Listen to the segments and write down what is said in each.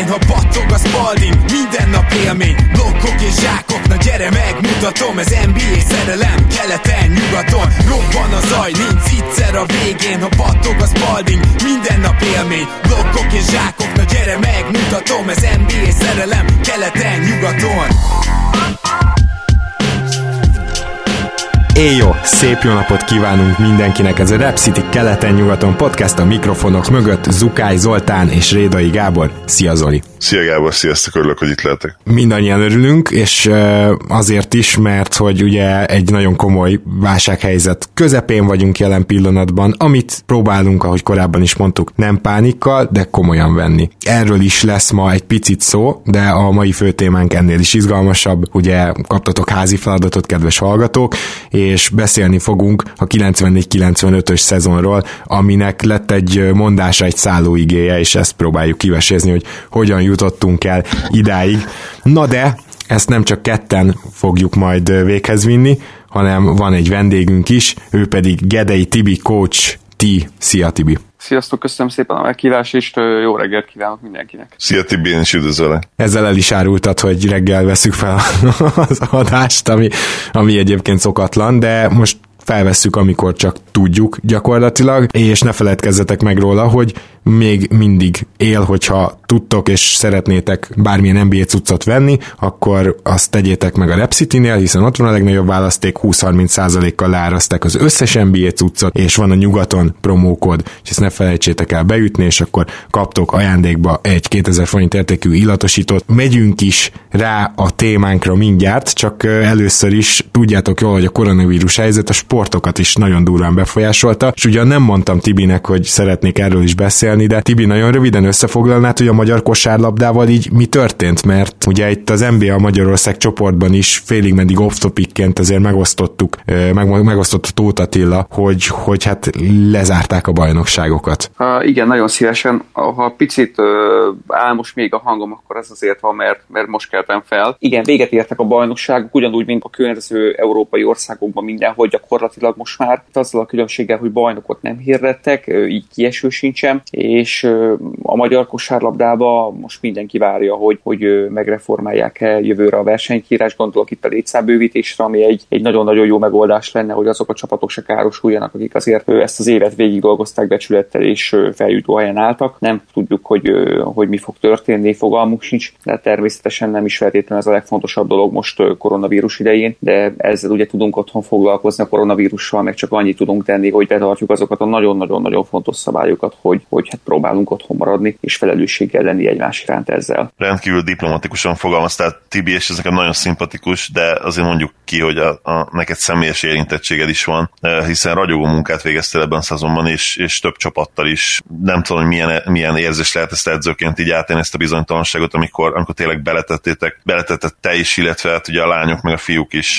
végén, ha battog a Spalding, minden nap élmény, blokkok és zsákok, na gyere megmutatom, ez NBA szerelem, keleten, nyugaton, robban a zaj, nincs egyszer a végén, ha battog a Spalding, minden nap élmény, blokkok és zsákok, na gyere megmutatom, ez NBA szerelem, keleten, nyugaton. Éjjó! Szép jó napot kívánunk mindenkinek! Ez a Rap City keleten-nyugaton podcast, a mikrofonok mögött Zukály Zoltán és Rédai Gábor. Szia Zoli! Szia Gábor, sziasztok, örülök, hogy itt lehetek. Mindannyian örülünk, és azért is, mert hogy ugye egy nagyon komoly válsághelyzet közepén vagyunk jelen pillanatban, amit próbálunk, ahogy korábban is mondtuk, nem pánikkal, de komolyan venni. Erről is lesz ma egy picit szó, de a mai fő témánk ennél is izgalmasabb. Ugye kaptatok házi feladatot, kedves hallgatók, és beszélni fogunk a 94-95-ös szezonról, aminek lett egy mondása, egy szállóigéje, és ezt próbáljuk kivesézni, hogy hogyan jutottunk el idáig. Na de, ezt nem csak ketten fogjuk majd véghez vinni, hanem van egy vendégünk is, ő pedig Gedei Tibi, Coach T. Szia Tibi! Sziasztok, köszönöm szépen a meghívást, és jó reggelt kívánok mindenkinek. Szia Tibi, én is üdvözöllek. Ezzel el is árultad, hogy reggel veszük fel az adást, ami egyébként szokatlan, de most felvesszük, amikor csak tudjuk gyakorlatilag, és ne feledkezzetek meg róla, hogy még mindig él, hogyha tudtok és szeretnétek bármilyen NBA cuccot venni, akkor azt tegyétek meg a Rap City-nél, hiszen ott van a legnagyobb választék, 20-30%-kal leárazták az összes NBA cuccot, és van a nyugaton promókód, és ezt ne felejtsétek el beütni, és akkor kaptok ajándékba egy 2000 forint értékű illatosítót. Megyünk is rá a témánkra mindjárt, csak először is tudjátok jól, hogy a koronavírus helyzet a sportokat is nagyon durván befolyásolta, és ugyan nem mondtam Tibinek, hogy szeretnék erről is beszélni, de Tibi, nagyon röviden összefoglalnád, hogy a magyar kosárlabdával így mi történt, mert ugye itt az NBA Magyarország csoportban is félig meddig off-topicként azért megosztott Tóth Attila, hogy hát lezárták a bajnokságokat. Igen, nagyon szívesen. Ha picit áll most még a hangom, akkor ez azért van, mert most keltem fel. Igen, véget értek a bajnokságok, ugyanúgy, mint a környező európai országokban mindenhol gyakorlatilag most már. Azzal a különbséggel, hogy bajnokot nem hirdettek, így kieső sincsen, és a magyar kosárlabdába most mindenki várja, hogy megreformálják-e jövőre a versenykírás, gondolok itt a létszámbővítésre, ami egy nagyon-nagyon jó megoldás lenne, hogy azok a csapatok se károsuljanak, akik azért ezt az évet végig dolgozták becsülettel és feljutó helyen álltak. Nem tudjuk, hogy mi fog történni, fogalmunk sincs, de természetesen nem is feltétlenül ez a legfontosabb dolog most koronavírus idején, de ezzel ugye tudunk otthon foglalkozni a koronavírussal, meg csak annyit tudunk tenni, hogy betartjuk azokat a nagyon-nagyon-nagyon fontos szabályokat, hogy hát próbálunk otthon maradni, és felelősséggel lenni egymás iránt ezzel. Rendkívül diplomatikusan fogalmaztál, Tibi, és ez nekem nagyon szimpatikus, de azért mondjuk ki, hogy neked személyes érintettséged is van, hiszen ragyogó munkát végeztél ebben a szezonban, és több csapattal is. Nem tudom, hogy milyen érzés lehet ezt edzőként így átélni, ezt a bizonytalanságot, amikor tényleg beletetted te is, illetve hát ugye a lányok meg a fiúk is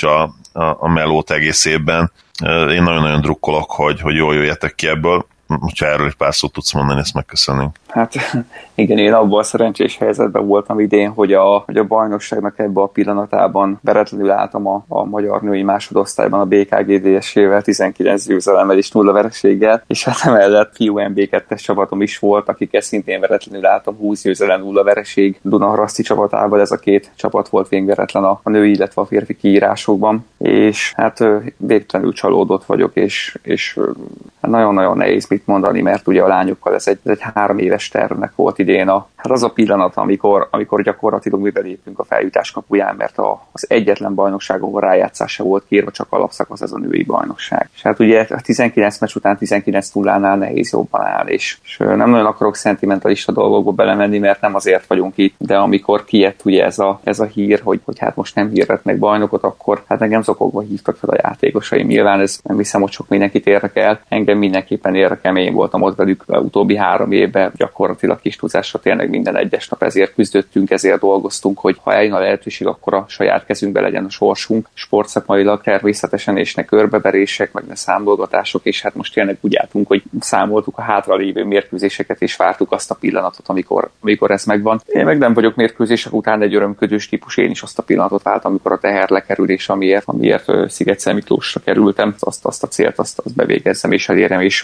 a melót egész évben. Én nagyon-nagyon drukkolok, hogy jól jöjjetek ki ebből. Hogyha erről egy pár szót tudsz mondani, ezt megköszönnénk. Hát igen, én abban a szerencsés helyzetben voltam idén, hogy a bajnokságnak ebben a pillanatában veretlenül álltam a magyar női másodosztályban a BKGDS-ével 19 győzelemmel és 0 vereséggel, és hát emellett fiú MB2-es csapatom is volt, akikkel szintén veretlenül álltam 20 győzelem 0 vereség. Dunaharaszti csapatával ez a két csapat volt végveretlen a női, illetve a férfi kiírásokban, és hát végtelenül csalódott vagyok, és nagyon-nagyon nehéz mit mondani, mert ugye a lányokkal ez egy 3 éves tervnek volt idén az a pillanat, amikor gyakorlatilag mi belépünk a feljutás kapuján, mert az egyetlen bajnokság, ahol rájátszása volt kérve, csak alapszakasz, ez a női bajnokság. És hát ugye a 19 meccs után 19-0-nál nehéz jobban áll, és nem nagyon akarok szentimentalista dolgokba belemenni, mert nem azért vagyunk itt, de amikor kijött ugye ez a hír, hogy hát most nem hirdetnek bajnokot, akkor hát engem zokogva hívtak fel a játékosaim. Nyilván ez nem hiszem, hogy sok mindenkit érdekel. Engem mindenképpen érdekel, én voltam ott velük utóbbi 3 évben, gyakorlatilag kis túlzásra tényleg minden egyes nap ezért küzdöttünk, ezért dolgoztunk, hogy ha eljön a lehetőség, akkor a saját kezünkbe legyen a sorsunk, sportszakmailag természetesen, és ne körbeverések, meg ne számolgatások, és hát most tényleg úgy álltunk, hogy számoltuk a hátralévő mérkőzéseket, és vártuk azt a pillanatot, amikor ez megvan. Én meg nem vagyok mérkőzések után egy örömködős típus, én is azt a pillanatot vártam, amikor a teher lekerül, és amiért Sziget-Miklósra kerültem, azt a célt, azt bevégezzem, és elérem, és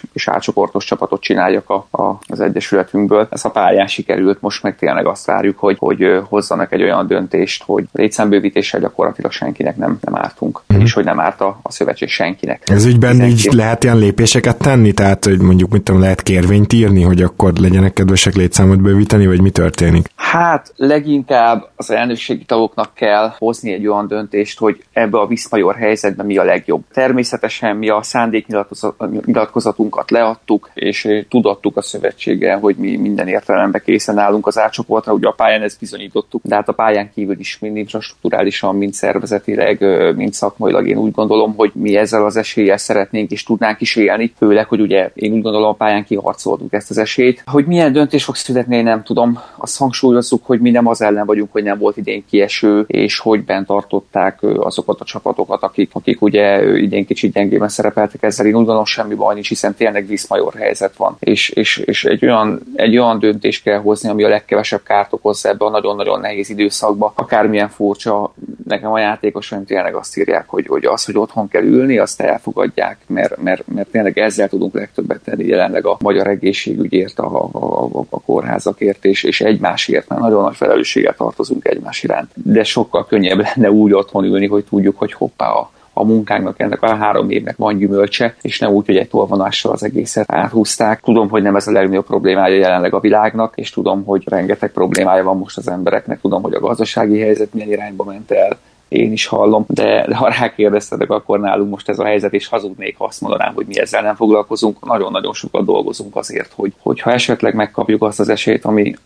csoportos csapatot csináljak az egyesületünkből. Ez a pályán sikerült, most meg tényleg azt várjuk, hogy hozzanak egy olyan döntést, hogy létszámbővítéssel gyakorlatilag senkinek nem ártunk, és hogy nem árt a szövetség senkinek. Ez ügyben így lehet ilyen lépéseket tenni? Tehát, hogy mondjuk lehet kérvényt írni, hogy akkor legyenek kedvesek létszámot bővíteni, vagy mi történik? Hát leginkább az elnökségi tagoknak kell hozni egy olyan döntést, hogy ebbe a Viszmajor helyzetben mi a legjobb. Természetesen mi a szándéknyilatkozatunkat leadtuk, és tudattuk a szövetséggel, hogy mi minden értelemben készen állunk az átcsoportra, ugye a pályán ezt bizonyítottuk, de hát a pályán kívül is mind infrastrukturálisan, mind szervezetileg, mind szakmailag én úgy gondolom, hogy mi ezzel az eséllyel szeretnénk és tudnánk is élni, főleg, hogy ugye én úgy gondolom a pályán kiharcoltuk ezt az esélyt. Hogy milyen döntés fog születni, nem tudom. Azt hangsúlyozzuk, hogy mi nem az ellen vagyunk, hogy nem volt idén kieső, és hogy bent tartották azokat a csapatokat, akik ugye idén kicsit gyengében szerepeltek ezzel. Én úgy gondolom, semmi baj nincs, hiszen tényleg Viszmajor helyzet van. És egy olyan döntést kell hozni, ami a legkevesebb kárt okozza ebbe a nagyon-nagyon nehéz időszakba. Akármilyen furcsa, nekem a játékosaim tényleg azt írják, hogy az, hogy otthon kell ülni, azt elfogadják, mert tényleg ezzel tudunk legtöbbet tenni jelenleg a magyar egészségügyért, a kórházakért és egymásért, mert nagyon nagy felelősséggel tartozunk egymás iránt. De sokkal könnyebb lenne úgy otthon ülni, hogy tudjuk, hogy hoppá, a munkánknak, ennek a 3 évnek van gyümölcse, és nem úgy, hogy egy tolvonással az egészet áthúzták. Tudom, hogy nem ez a legnagyobb problémája jelenleg a világnak, és tudom, hogy rengeteg problémája van most az embereknek, tudom, hogy a gazdasági helyzet milyen irányba ment el, én is hallom, de ha rákérdeztetek, akkor nálunk most ez a helyzet, és hazudnék, ha azt mondanám, hogy mi ezzel nem foglalkozunk. Nagyon-nagyon sokat dolgozunk azért, hogyha esetleg megkapjuk azt az esélyt,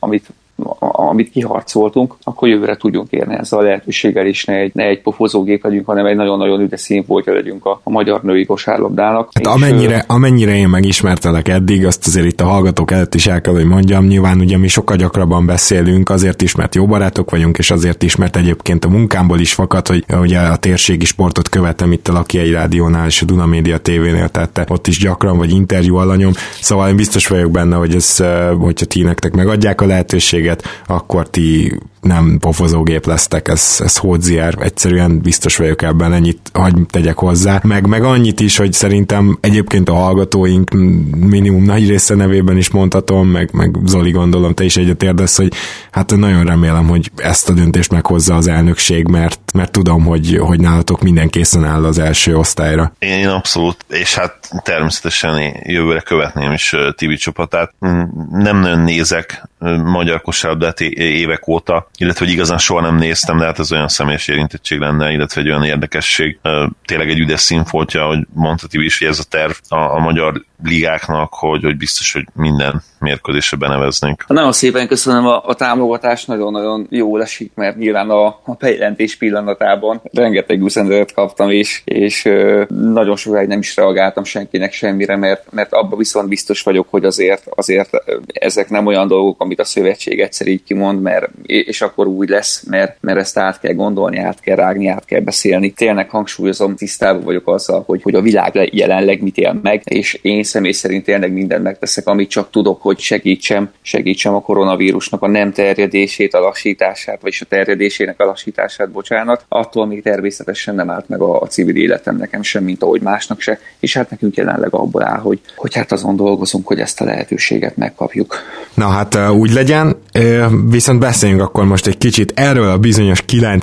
amit kiharcoltunk, akkor jövőre tudjunk érni ezzel a lehetőséggel is, ne egy pofozógép legyünk, hanem egy nagyon-nagyon üdes színfoltja legyünk a magyar női kosárlabdának. Hát amennyire én megismertelek eddig, azt azért itt a hallgatók előtt is el kell, hogy mondjam, nyilván ugye mi sokkal gyakrabban beszélünk, azért is, mert jó barátok vagyunk, és azért is, mert egyébként a munkámból is fakad, hogy ugye a térségi sportot követem itt a Lakiai Rádiónál és a Duna Média TV-nél, tehát ott is gyakran vagy interjú alanyom, szóval én biztos vagyok benne, hogy ez, hogyha ti nektek megadják a lehetőséget, akkor ti nem pofozógép lesztek, ez hódziár, egyszerűen biztos vagyok ebben, ennyit hagy tegyek hozzá. Meg annyit is, hogy szerintem egyébként a hallgatóink minimum nagy része nevében is mondhatom, meg Zoli, gondolom, te is egyetértesz, hogy hát nagyon remélem, hogy ezt a döntést meghozza az elnökség, mert tudom, hogy nálatok minden készen áll az első osztályra. Én abszolút, és hát természetesen jövőre követném is Tibi csapatát. Nem nagyon nézek magyar kosárlabdát évek óta, illetve hogy igazán soha nem néztem, de hát ez olyan személyes érintettség lenne, illetve egy olyan érdekesség. Tényleg egy üdes színfoltja, hogy mondta Tibi is, hogy ez a terv a magyar ligáknak, hogy biztos, hogy minden mérkőzésre beneveznénk. Nagyon szépen köszönöm a támogatást, nagyon-nagyon jól esik, mert nyilván a bejelentés pillanatában rengeteg üzenetet kaptam, és nagyon sokáig nem is reagáltam senkinek semmire, mert abban viszont biztos vagyok, hogy azért ezek nem olyan dolgok, amit a szövetség egyszer így kimond, és akkor úgy lesz, mert ezt át kell gondolni, át kell rágni, át kell beszélni. Tényleg hangsúlyozom, tisztában vagyok azzal, hogy a világ jelenleg mit él meg, és én személy szerint tényleg mindent megteszek, amit csak tudok, hogy segítsem a koronavírusnak a nem terjedését, a lassítását, vagyis a terjedésének a lassítását, bocsánat. Attól még természetesen nem állt meg a civil életem nekem sem, mint ahogy másnak se, és hát nekünk jelenleg abból áll, hogy hát azon dolgozunk, hogy ezt a lehetőséget megkapjuk. Na hát úgy legyen, viszont beszéljünk akkor most egy kicsit erről a bizonyos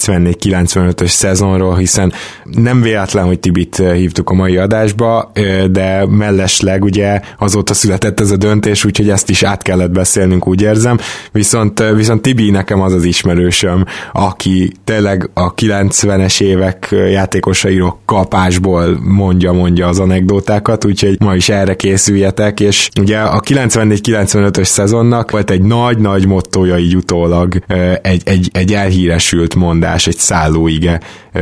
94-95-ös szezonról, hiszen nem véletlen, hogy Tibit hívtuk a mai adásba, de mellesleg ugye azóta született ez a döntés, úgyhogy ezt is át kellett beszélnünk, úgy érzem, viszont Tibi nekem az az ismerősöm, aki tényleg a 90-es évek játékosairól kapásból mondja az anekdótákat, úgyhogy ma is erre készüljetek, és ugye a 94-95-ös szezonnak volt egy nagy mottója így utólag, egy elhíresült mondás, egy szállóige,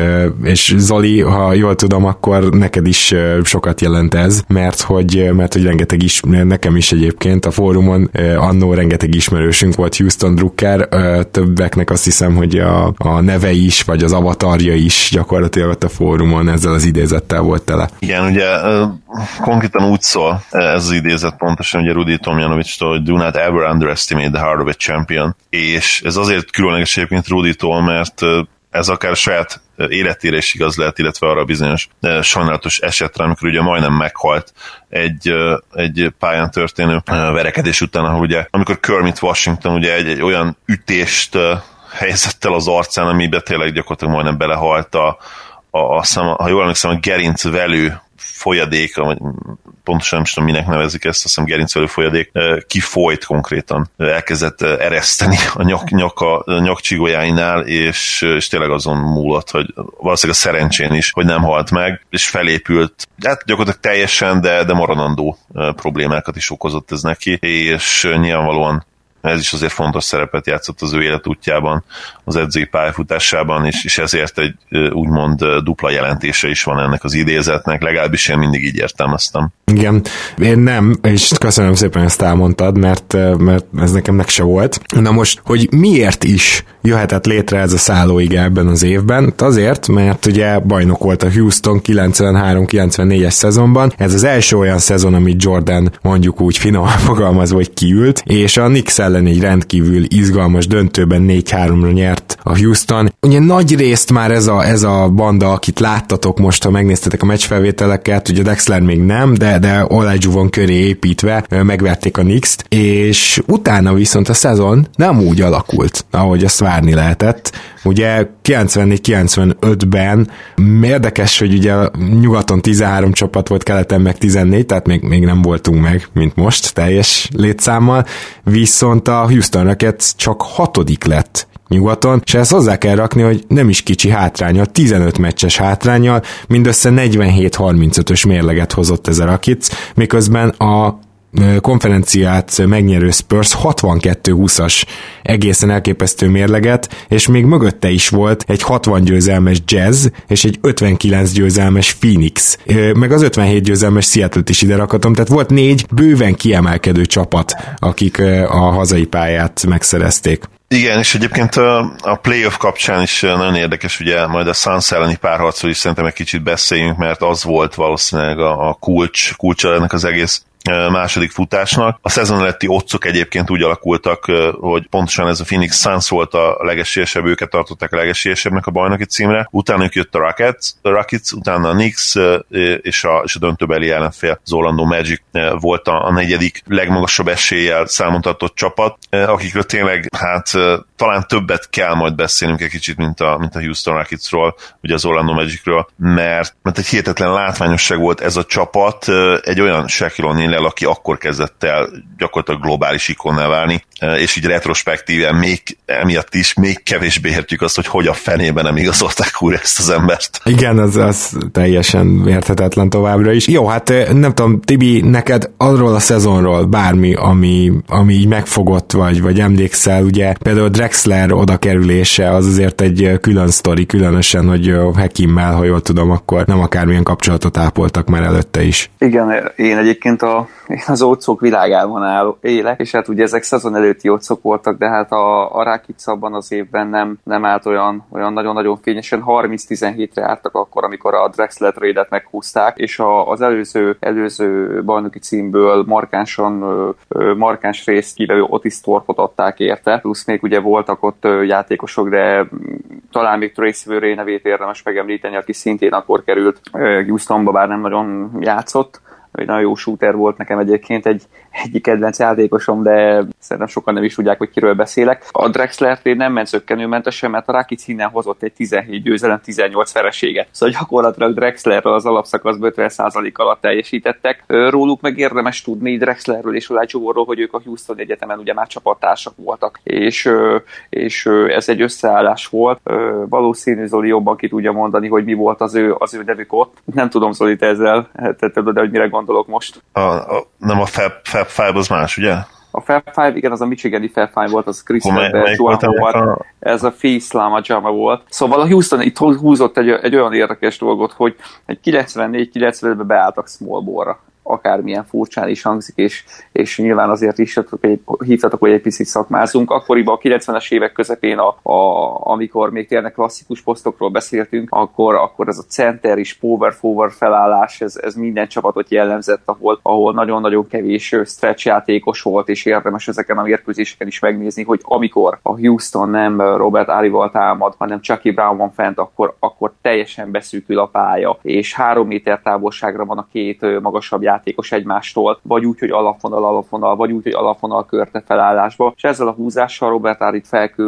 és Zoli, ha jól tudom, akkor neked is sokat jelent ez, mert hogy rengeteg nekem is egyébként a fórumon annó rengeteg ismerősünk volt, Houston Drucker, többeknek azt hiszem, hogy a neve is, vagy az avatarja is gyakorlatilag a fórumon ezzel az idézettel volt tele. Igen, ugye konkrétan úgy szól ez az idézet pontosan, ugye Rudi Tomjanovicstól, hogy do not ever underestimate the heart of a champion, és ez azért különleges egyébként Ruditól, mert ez akár a saját életére is igaz lehet, illetve arra bizonyos sajnálatos esetre, amikor ugye majdnem meghalt egy pályán történő verekedés után, ahol ugye, amikor Kermit Washington ugye egy olyan ütést helyezett el az arcán, amiben tényleg gyakorlatilag majdnem belehalt ha jól emlékszem, a gerincvelő folyadék, pontosan nem tudom, minek nevezik ezt, azt hiszem gerincvelő folyadék, kifolyt konkrétan, elkezdett ereszteni a nyakcsigójáinál, és tényleg azon múlott, hogy valószínűleg a szerencsén is, hogy nem halt meg, és felépült, hát gyakorlatilag teljesen, de maradandó problémákat is okozott ez neki, és nyilvánvalóan ez is azért fontos szerepet játszott az ő életútjában, az edzői pályafutásában, és ezért egy úgymond dupla jelentése is van ennek az idézetnek, legalábbis én mindig így értelmeztem. Igen, én nem, és köszönöm szépen, ezt elmondtad, mert ez nekemnek se volt. Na most, hogy miért is jöhetett létre ez a szállóiga ebben az évben? Azért, mert ugye bajnok volt a Houston 93-94-es szezonban, ez az első olyan szezon, amit Jordan mondjuk úgy finoman fogalmazva, hogy kiült, és a Knicks ellen egy rendkívül izgalmas döntőben 4-3-ra nyert a Houston. Ugye nagy részt már ez a banda, akit láttatok most, ha megnéztetek a meccsfelvételeket, ugye Drexler még nem, de Olajuwon köré építve megverték a Knicks-t, és utána viszont a szezon nem úgy alakult, ahogy azt várni lehetett. Ugye 94-95-ben érdekes, hogy ugye nyugaton 13 csapat volt, keleten meg 14, tehát még nem voltunk meg, mint most, teljes létszámmal, viszont a Houston Rockets csak 6. lett nyugaton, és ezt hozzá kell rakni, hogy nem is kicsi hátránnyal, 15 meccses hátránnyal, mindössze 47-35-ös mérleget hozott ez a Rockets, miközben a konferenciát megnyerő Spurs 62-20-as egészen elképesztő mérleget, és még mögötte is volt egy 60 győzelmes Jazz, és egy 59 győzelmes Phoenix, meg az 57 győzelmes Seattle-t is ide rakatom, tehát volt 4 bőven kiemelkedő csapat, akik a hazai pályát megszerezték. Igen, és egyébként a playoff kapcsán is nagyon érdekes, ugye majd a Suns elleni párharcról is szerintem egy kicsit beszéljünk, mert az volt valószínűleg a kulcsa ennek az egész második futásnak. A szezon előtti occok egyébként úgy alakultak, hogy pontosan ez a Phoenix Suns volt a legesélyesebb, őket tartották a legesélyesebbnek a bajnoki címre. Utána jött a Rockets, utána a Knicks és a döntőbeli ellenfél, az Orlando Magic volt a negyedik legmagasabb eséllyel számon tartott csapat, akikről tényleg hát talán többet kell majd beszélnünk egy kicsit, mint a Houston Rocketsról, ugye az Orlando Magicről, mert egy hihetetlen látványosság volt ez a csapat, egy olyan Shaquille O'Neal-el, aki akkor kezdett el gyakorlatilag globális ikonná válni, és így retrospektíven még emiatt is még kevésbé értjük azt, hogy a fenében nem igazolták újra ezt az embert. Igen, az teljesen érthetetlen továbbra is. Jó, hát nem tudom, Tibi, neked arról a szezonról bármi, ami így megfogott vagy emlékszel, ugye például Drexler oda kerülése, az azért egy külön sztori, különösen, hogy Hakimmel, ha jól tudom, akkor nem akármilyen kapcsolatot ápoltak már előtte is. Igen, én egyébként én az ócok világában élek, és hát ugye ezek szezon előtti ócok voltak, de hát a Rockets abban az évben nem állt olyan nagyon-nagyon fényesen, 30-17-re álltak akkor, amikor a Drexler trade-et meghúzták, és az előző bajnoki címből markáns részt kivevő Otis Thorpe-ot adták érte, plusz még ugye voltak ott játékosok, de talán még Tracy Murray nevét érdemes megemlíteni, aki szintén akkor került Houstonba, bár nem nagyon játszott. Egy nagyon jó shooter volt nekem egyébként, egyik kedvenc játékosom, de szerintem sokan nem is tudják, hogy kiről beszélek. A Drexler trade nem ment zökkenőmentesen, mert a Rockets innen hozott egy 17 győzelem, 18 vereséget. Szóval gyakorlatilag Drexlerről az alapszakaszban 50% alatt teljesítettek. Róluk meg érdemes tudni Drexlerről és Olajuwonról, hogy ők a Houston Egyetemen ugye már csapattársak voltak. És ez egy összeállás volt. Valószínű Zoli jobban ki tudja mondani, hogy mi volt az ő nevük ott. Nem tudom, Zoli, te ezzel tetted oda, hogy mire gondolok most. Nem a Fab Five az más, ugye? A Fab Five, igen, az a Michigani Fab Five volt, az Chris Webber, Joan Howard, ez a Fils Lama Jama volt. Szóval a Houston itt húzott egy olyan érdekes dolgot, hogy egy 94-95-ben beálltak small ballra. akármilyen furcsán is hangzik, és nyilván azért is hívtatok, hogy egy picit szakmázunk. Akkoriban a 90-es évek közepén, amikor még tényleg klasszikus posztokról beszéltünk, akkor ez a center és power forward felállás, ez minden csapatot jellemzett, ahol nagyon-nagyon kevés stretch játékos volt, és érdemes ezeken a mérkőzéseken is megnézni, hogy amikor a Houston nem Robert Arival támad, hanem Chucky Brown van fent, akkor teljesen beszűkül a pálya, és 3 méter távolságra van a két magasabb játékos egymástól, vagy úgy, hogy alapvonal, vagy úgy, hogy alapvonal körte felállásba, és ezzel a húzással Robert Arit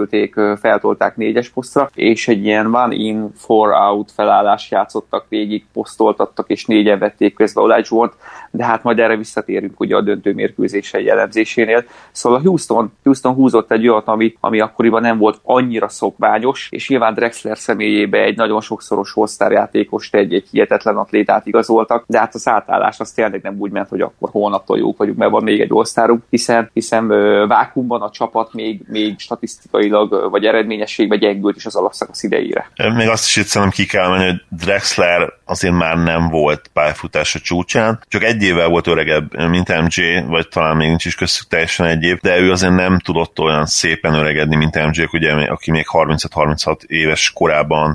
feltolták 4-es posztra, és egy ilyen one in, 4 out felállást játszottak végig, posztoltattak, és 4-en vették közbe Olajuwont, de hát majd erre visszatérünk ugye a döntő mérkőzései jellemzésénél. Szóval a Houston húzott egy olyat, ami akkoriban nem volt annyira szokványos, és nyilván Drexler személyébe egy nagyon sokszoros all-star játékost, egy hihetetlen atlétát igazoltak, de hát az átállás az tényleg nem úgy ment, hogy akkor holnaptól jók vagyunk, mert van még egy all-starunk, hiszen vákuumban a csapat még statisztikailag vagy eredményességben gyengült is az alapszakasz idejére. Még azt is itt szerintem ki kell menni, hogy Drexler azért már nem volt pályafutása csúcsán, csak egy évvel volt öregebb, mint MJ, vagy talán még nincs is köztük teljesen egy év, de ő azért nem tudott olyan szépen öregedni, mint MJ, ugye, aki még 35-36 éves korában,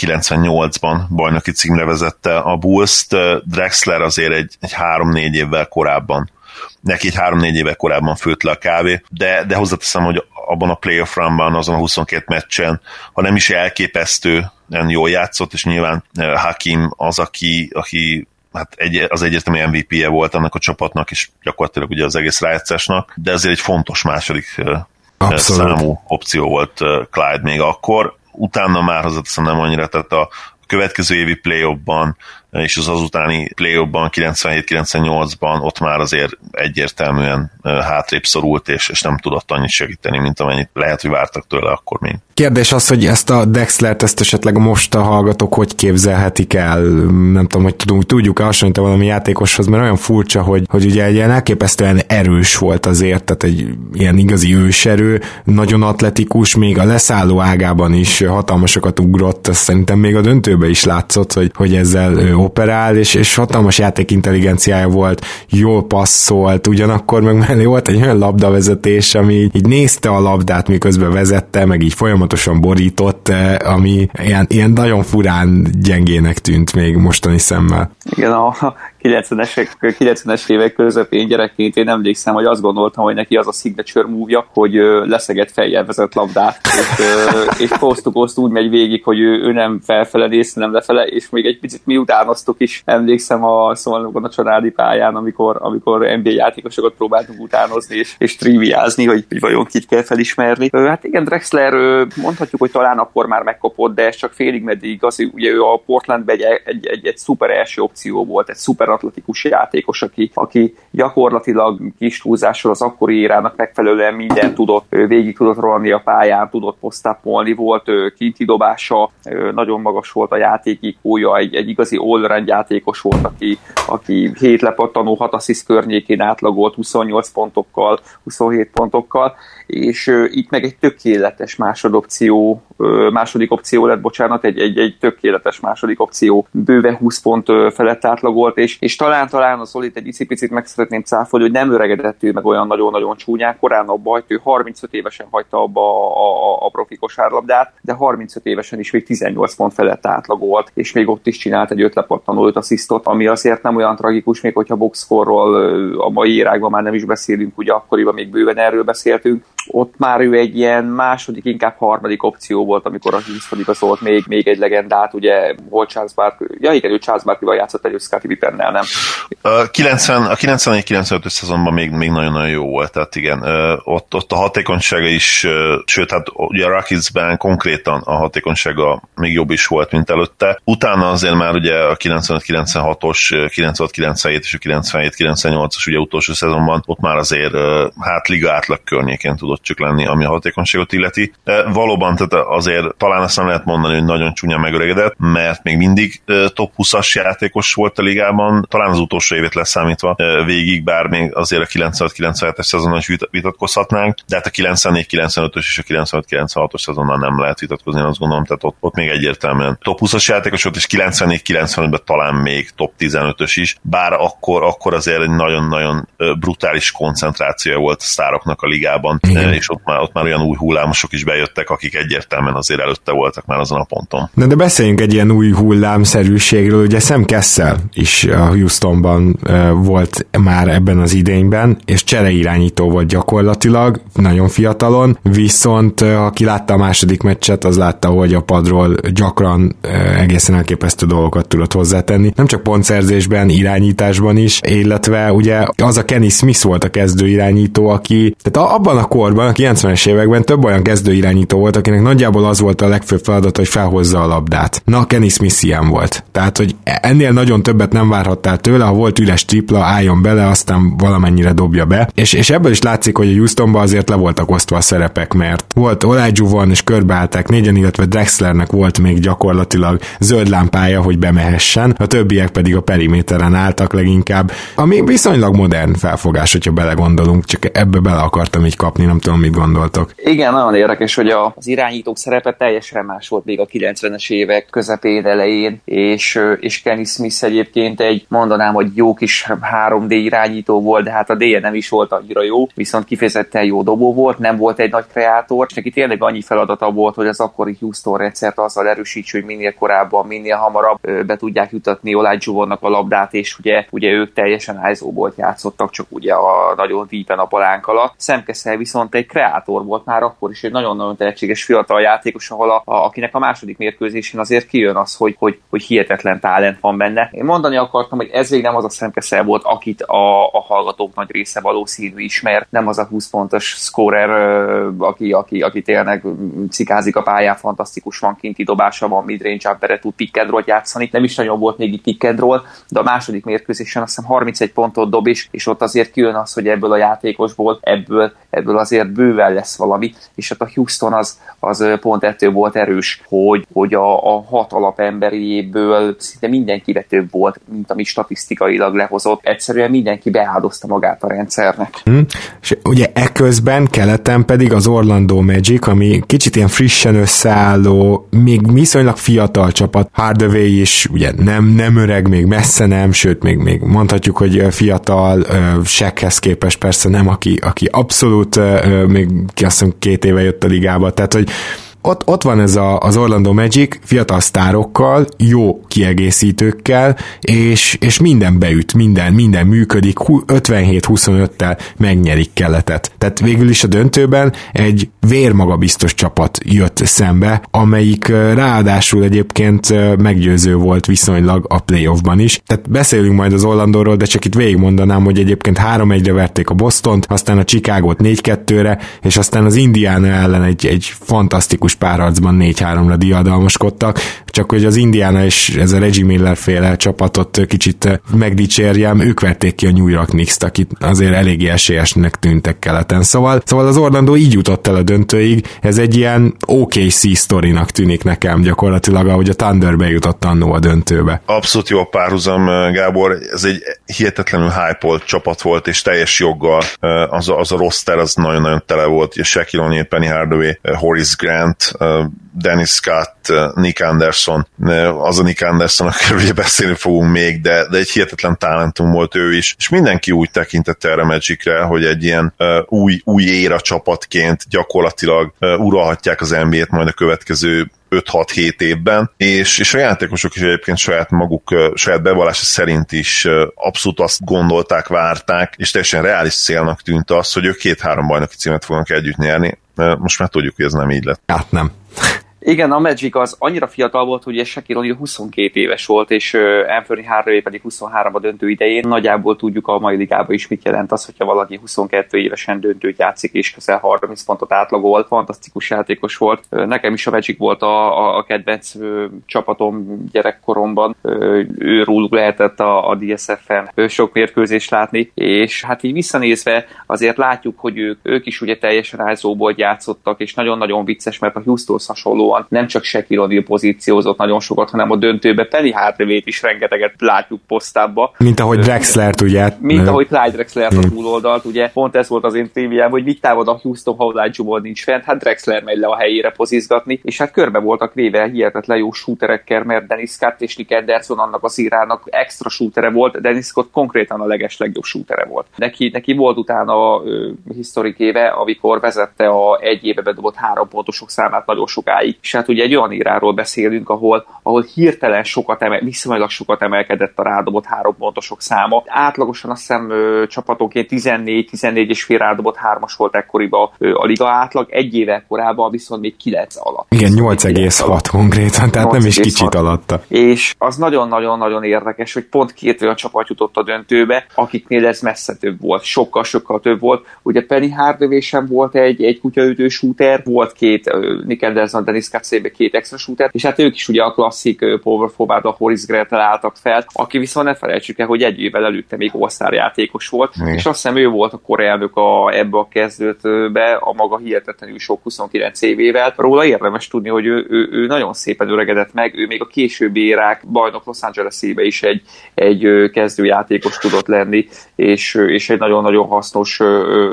98-ban bajnoki címre vezette a Bulls-t. Drexler azért egy 3-4 évvel korábban, neki egy 3-4 éve korábban főtt le a kávé, de hozzáteszem, hogy abban a playoff runban, azon a 22 meccsen, ha nem is elképesztően jól játszott, és nyilván Hakim az, aki hát az egyértelmű MVP-je volt annak a csapatnak, és gyakorlatilag ugye az egész rájátszásnak, de ezért egy fontos második számú opció volt Clyde még akkor. Utána már hozzáteszem nem annyira, tehát a következő évi play-offban és az azutáni play-offban 97-98-ban ott már azért egyértelműen hátrébb szorult, és nem tudott annyit segíteni, mint amennyit lehet, hogy vártak tőle akkor még. Kérdés az, hogy ezt a Drexlert, ezt esetleg most a hallgatók hogy képzelhetik el, nem tudom, hogy tudjuk-e hasonlítani valami játékoshoz, mert olyan furcsa, hogy ugye egy ilyen elképesztően erős volt azért, tehát egy ilyen igazi őserő, nagyon atletikus, még a leszálló ágában is hatalmasokat ugrott, azt szerintem még a döntőben is látszott, hogy ezzel operál, és hatalmas játékintelligenciája volt, jól passzolt, ugyanakkor meg mellé volt egy olyan labdavezetés, ami így nézte a labdát, miközben vezette, meg így folyamatosan borított, ami ilyen nagyon gyengének tűnt még mostani szemmel. Igen, a 90-es évek közepén gyerekként én emlékszem, hogy azt gondoltam, hogy neki az a signature move-ja, hogy leszeget fejjel vezet labdát, és posztok úgy megy végig, hogy ő nem felfele néz, nem lefele, és még egy picit mi utánoztuk is. Emlékszem a Szolnokon a családi pályán, amikor NBA játékosokat próbáltunk utánozni, és triviázni, hogy vajon kit kell felismerni. Hát igen, Drexler mondhatjuk, hogy talán akkor már megkapott, de ez csak félig meddig igaz, ugye ő a Portlandben egy szuper első opció volt, egy szuper atletikus játékos, aki gyakorlatilag kis túlzással az akkori érának megfelelően mindent tudott, végig tudott rohanni a pályán, tudott posztápolni, volt kinti dobása, nagyon magas volt a játékikója, egy igazi all-around játékos volt, aki 7 lepattanó, 6 assziszt környékén átlagolt 28 pontokkal, 27 pontokkal, és itt meg egy tökéletes második opció lett, bocsánat, egy tökéletes második opció, bőve 20 pont felett átlagolt, és talán az Zolit egy picit meg szeretném cáfolni, hogy nem öregedett ő meg olyan nagyon-nagyon csúnyán, korán abba hagyta, ő 35 évesen hagyta abba a profi kosárlabdát, de 35 évesen is még 18 pont felett átlagolt, és még ott is csinált egy 5 lepattanó 5 asszisztot, ami azért nem olyan tragikus, még hogyha boxscore-ról a mai érákban már nem is beszélünk, ugye akkoriban még bőven erről beszéltünk. Ott már ő egy ilyen második, inkább harmadik opció volt, amikor a Houston igazolt még egy legendát, ugye volt Charles Barkley, ő Charles Barkley-val játszott egy Scottie Pippennel, nem? A 94-95 szezonban még nagyon-nagyon jó volt, tehát igen, ott a hatékonysága is, sőt, hát ugye a Rocketsben konkrétan a hatékonysága még jobb is volt, mint előtte. Utána azért már ugye a 95-96-os, 96-97 és a 97-98-os ugye utolsó szezonban ott már azért liga átlag környékén tudott tudott csak lenni, ami a hatékonyságot illeti. De valóban, tehát azért talán azt nem lehet mondani, hogy nagyon csúnya megöregedett, mert még mindig top 20-as játékos volt a ligában, talán az utolsó évét leszámítva végig, bár még azért a 96-97-es szezonon is vitatkozhatnánk, de hát a 94-95-ös és a 95-96-os szezonnal nem lehet vitatkozni, azt gondolom, tehát ott még egyértelműen top 20-as játékos volt, és 94-95-ben talán még top 15-ös is, bár akkor azért egy nagyon-nagyon brutális koncentráció volt a sztároknak a ligában, és ott már olyan új hullámosok is bejöttek, akik egyértelműen azért előtte voltak már azon a ponton. De beszéljünk egy ilyen új hullámszerűségről, ugye Sam Cassell is a Houstonban volt már ebben az idényben, és csereirányító volt gyakorlatilag, nagyon fiatalon, viszont aki látta a második meccset, az látta, hogy a padról gyakran egészen elképesztő dolgokat tudott hozzátenni. Nem csak pontszerzésben, irányításban is, illetve ugye az a Kenny Smith volt a kezdőirányító, aki, tehát abban a korban, a 90-es években több olyan kezdőirányító volt, akinek nagyjából az volt a legfőbb feladat, hogy felhozza a labdát. Na, Kenny Smith ilyen volt. Tehát, hogy ennél nagyon többet nem várhattál tőle, ha volt üres tripla, álljon bele, aztán valamennyire dobja be. És ebből is látszik, hogy a Houstonban azért le voltak osztva a szerepek, mert volt Olajuwon, és körbeállták négyen, illetve Drexlernek volt még gyakorlatilag zöld lámpája, hogy bemehessen, a többiek pedig a periméteren álltak leginkább, ami viszonylag modern felfogás, hogyha belegondolunk, csak ebbe bele akartam így kapni, nem tudom, mit gondoltok. Igen, nagyon érdekes, hogy az irányítók szerepe teljesen más volt még a 90-es évek közepén, elején, és Kenny Smith egyébként mondanám, hogy jó kis 3D irányító volt, de hát a D nem is volt annyira jó, viszont kifejezetten jó dobó volt, nem volt egy nagy kreátor, és neki tényleg annyi feladata volt, hogy az akkori Houston rendszert azzal erősíts, hogy minél korábban, minél hamarabb be tudják jutatni Olajuwonnak a labdát, és ugye ők teljesen ISO-ból játszottak, csak ugye a nagyon deepen a palánk alatt. Sam Cassell viszont egy kreátor volt már akkor is, egy nagyon-nagyon tehetséges fiatal játékos, ahol akinek a második mérkőzésén azért kijön az, hogy hihetetlen talent van benne. Én mondani akartam, hogy ez még nem az a Sam Cassell volt, akit a hallgatók nagy része valószínű ismer, nem az a 20 pontos scorer, aki tényleg cikázik a pályán, fantasztikus van, kinti dobása van, midrange jumpere tud pick and roll játszani, nem is nagyon volt még itt pick and roll, de a második mérkőzésen azt hiszem 31 pontot dob is, és ott azért kijön az, hogy ebből a játékosból, ebből azért bőven lesz valami, és hát a Houston az pont ettől volt erős, hogy a 6 alapemberéből szinte mindenki több volt, mint amit statisztikailag lehozott. Egyszerűen mindenki beáldozta magát a rendszernek. És ugye eközben keleten pedig az Orlando Magic, ami kicsit ilyen frissen összeálló, még viszonylag fiatal csapat. Hardaway is ugye nem öreg, még messze nem, sőt még mondhatjuk, hogy fiatal, Shaqhez képest persze nem, aki abszolút még azt hiszem 2 éve jött a ligába, tehát hogy ott van ez az Orlando Magic fiatal sztárokkal, jó kiegészítőkkel, és minden beüt, minden működik, 57-25-tel megnyerik keletet. Tehát végül is a döntőben egy vérmagabiztos csapat jött szembe, amelyik ráadásul egyébként meggyőző volt viszonylag a playoffban is. Tehát beszélünk majd az Orlandóról, de csak itt végigmondanám, hogy egyébként 3-1-re verték a Bostont, aztán a Chicagót 4-2-re, és aztán az Indiana ellen egy fantasztikus párharcban 4-3-ra diadalmaskodtak, csak hogy az Indiana és ez a Reggie Miller féle csapatot kicsit megdicsérjem, ők verték ki a New York Knicks-t, akit azért eléggé esélyesnek tűntek keleten. Szóval az Orlando így jutott el a döntőig, ez egy ilyen OKC sztorinak tűnik nekem gyakorlatilag, ahogy a Thunder bejutott annó a döntőbe. Abszolút jó a párhuzam, Gábor, ez egy hihetetlenül hype-olt csapat volt, és teljes joggal az a roster, az nagyon-nagyon tele volt, Shaquille O'Neal, Penny Hardaway, Horace Grant, Dennis Scott, Nick Anderson, az a Nick Anderson, akiről ugye beszélni fogunk még, de egy hihetetlen talentum volt ő is, és mindenki úgy tekintett erre Magicre, hogy egy ilyen új éra csapatként gyakorlatilag uralhatják az NBA-t majd a következő 5-6-7 évben, és a játékosok is egyébként saját bevallása szerint is abszolút azt gondolták, várták, és teljesen reális célnak tűnt az, hogy ők 2-3 bajnoki címet fognak együtt nyerni. Most már tudjuk, hogy ez nem így lett. Hát nem. Igen, a Magic az annyira fiatal volt, hogy Shaquille O'Neal 22 éves volt, és Anthony Hardaway pedig 23 a döntő idején. Nagyjából tudjuk a mai ligában is mit jelent az, hogyha valaki 22 évesen döntőt játszik, és közel 30 pontot átlagol. Fantasztikus játékos volt. Nekem is a Magic volt a kedvenc csapatom gyerekkoromban. Róluk lehetett a DSF-en sok mérkőzést látni, és hát így visszanézve azért látjuk, hogy ők is ugye teljesen rázóból játszottak, és nagyon-nagyon vicces, mert a Houstonhoz hasonlóan nem csak Shaquille O'Neal pozíciózott nagyon sokat, hanem a döntőbe Penny Hardaway-t is rengeteget látjuk posztába. Mint ahogy Drexler-t, ugye? Mint ahogy Clyde Drexler a túloldalt, ugye? Pont ez volt az én triviám, hogy mit támad a Houston, ha Olajuwon nincs fent, hát Drexler megy le a helyére pozizgatni, és hát körbe voltak véve hihetetlen jó shooterekkel, mert Dennis Scott és Nick Anderson annak az írának extra shootere volt, Dennis Scott konkrétan a legeslegjobb shootere volt. Neki volt utána historik éve, amikor vezette a egy éve bedobott 3 pontosok számát nagyon sokáig. És hát ugye egy olyan íráról beszélünk, ahol hirtelen viszonylag sokat emelkedett a rádobott 3 pontosok száma. Átlagosan azt hiszem csapatonként 14 és fél rádobott 3-as volt ekkoriban a liga átlag, egy éve korábban viszont még 9 alatt. Igen, 8,6 konkrétan, tehát nem is kicsit alatta. És az nagyon-nagyon-nagyon érdekes, hogy pont 2 olyan csapat jutott a döntőbe, akiknél ez messze több volt, sokkal több volt. Ugye Penny Hardaway sem volt egy kutyaütő shooter, volt 2 Nick Anderson, Dennis Scott 2 extra shooter, és hát ők is ugye a klasszik power forward, a Horace Grant-tel álltak fel, aki viszont ne felejtsük el, hogy egy évvel előtte még All-Star játékos volt, és azt hiszem ő volt a korelnök ebbe a kezdőtbe a maga hihetetlenül sok 29 évével. Róla érdemes tudni, hogy ő nagyon szépen öregedett meg, ő még a későbbi érák bajnok Los Angeles-ébe is egy kezdőjátékos tudott lenni, és egy nagyon-nagyon hasznos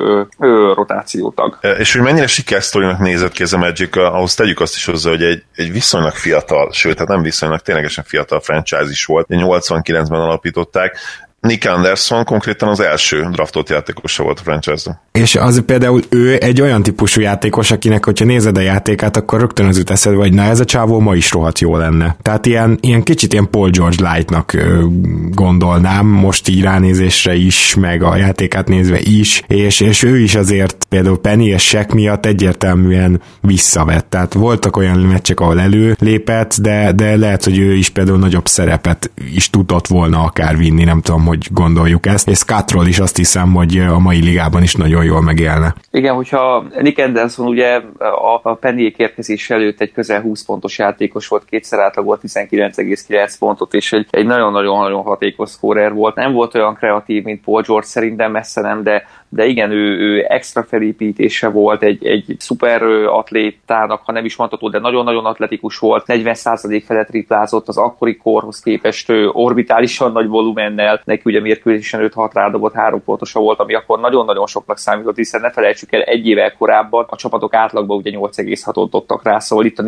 rotációtag. És hogy mennyire sikersztorinak nézett ki ez a Magic, ahhoz tegyük azt is hozzá, hogy egy viszonylag fiatal, sőt, hát nem viszonylag, ténylegesen fiatal franchise is volt, 89-ben alapították. Nick Anderson konkrétan az első draftolt játékosa volt a franchise-ban. És az például ő egy olyan típusú játékos, akinek, hogyha nézed a játékát, akkor rögtön az jut eszedbe, hogy na ez a csávó ma is rohadt jó lenne. Tehát ilyen kicsit ilyen Paul George Light-nak gondolnám, most így ránézésre is, meg a játékát nézve is, és ő is azért például Penny és Shaq miatt egyértelműen visszavett. Tehát voltak olyan meccsek, ahol előlépett, de lehet, hogy ő is például nagyobb szerepet is tudott volna akár vinni, nem tudom, hogy gondoljuk ezt, és Scottról is azt hiszem, hogy a mai ligában is nagyon jól megélne. Igen, hogyha Nick Anderson ugye a Pennyék érkezés előtt egy közel 20 pontos játékos volt, kétszer átlagolt 19,9 pontot, és egy nagyon-nagyon hatékony scorer volt. Nem volt olyan kreatív, mint Paul George, szerintem messze nem, de igen, ő extra felépítése volt, egy szuper atlétának, ha nem is mondható, de nagyon-nagyon atletikus volt, 40% felett triplázott az akkori korhoz képest orbitálisan nagy volumennel, neki ugye mérkőzésen 5-6 rádobott 3 pontosa volt, ami akkor nagyon-nagyon soknak számított, hiszen ne felejtsük el, egy évvel korábban a csapatok átlagban ugye 8,6-ot dobtak rá, szóval itt a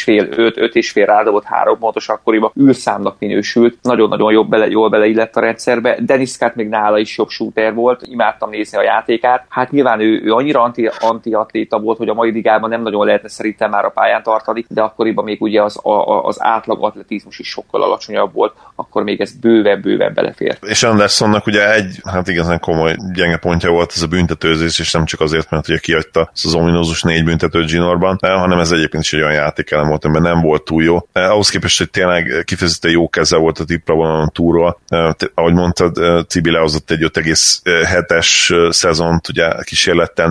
4,5 rádobott 3 pontos akkoriban űrszámnak minősült, nagyon-nagyon jól beleillett a rendszerbe. Dennis Scott még nála is jobb shooter volt, imádtam nézni a játékát. Hát nyilván ő annyira anti-atléta volt, hogy a mai ligában nem nagyon lehetne szerintem már a pályán tartani, de akkoriban még ugye az átlag atletizmus is sokkal alacsonyabb volt, akkor még ez bőven belefér. És Andersonnak ugye hát igazán komoly gyenge pontja volt ez a büntetőzés, és nem csak azért, mert ugye kiadta az ominózus 4 büntetőt Ginorban, hanem ez egyébként is egy olyan játékelem volt, amiben nem volt túl jó. Ahhoz képest, hogy tényleg kifejezetten jó keze volt a tippravonalon túlról. Ahogy mondtad, Tibi lehozott egy 5,7-es szezont, ugye kísérlettel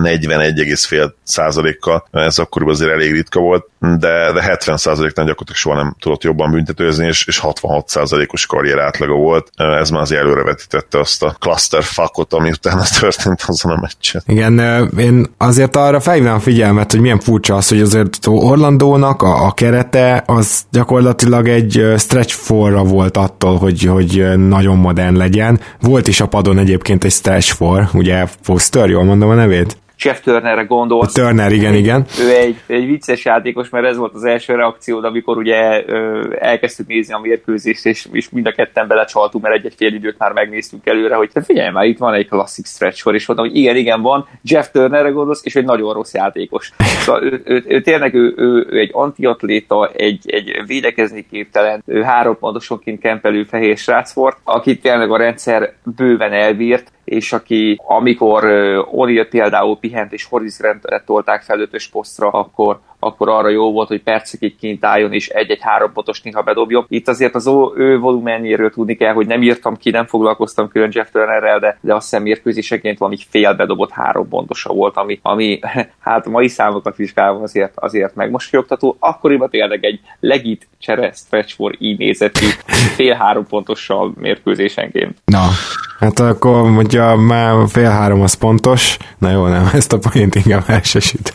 41,5%-kal, ez akkoriban azért elég ritka volt, de 70%-nál gyakorlatilag soha nem tudott jobban büntetőzni, és 66%-os karrier átlaga volt. Ez már azért előrevetítette azt a clusterfuckot, ami utána történt azon a meccsen. Igen, én azért arra felhívnám a figyelmet, hogy milyen furcsa az, hogy azért Orlandónak a kerete az gyakorlatilag egy stretch forra volt attól, hogy nagyon modern legyen. Volt is a padon egyébként egy stretch for, ugye Foster, jól mondom a nevét? Jeff Turnerre gondolsz. Turner, igen. Ő egy vicces játékos, mert ez volt az első reakciód, amikor ugye elkezdtük nézni a mérkőzést, és mind a ketten belecsaltunk, mert egy fél időt már megnéztünk előre, hogy figyelj már, itt van egy klasszik stretch for, és mondtam, hogy igen, van, Jeff Turnerre gondolsz, és egy nagyon rossz játékos. Szóval ő tényleg ő egy antiatléta, egy védekezni képtelen, 3 pontosonként kempelő fehér srác volt, aki tényleg a rendszer bőven elbírt, és aki, amikor O'Neal például pihent és Horace Grantet tolták fel 5-ös posztra, akkor arra jó volt, hogy percekig kint álljon, és egy-egy 3 pontos néha bedobjon. Itt azért az ő volumenjéről tudni kell, hogy nem írtam ki, nem foglalkoztam külön Jeff Turnerrel, de azt hiszem mérkőzéseként valami fél bedobott 3 pontosa volt, ami hát a mai számokat vizsgálva azért megmosolyogtató. Akkoriban tényleg egy legit csere stretch for így nézett ki fél 3 pontossal mérkőzésenként. Na, hát akkor mondja már fél 3 az pontos. Na jó, nem, ezt a point inkább elsesítem.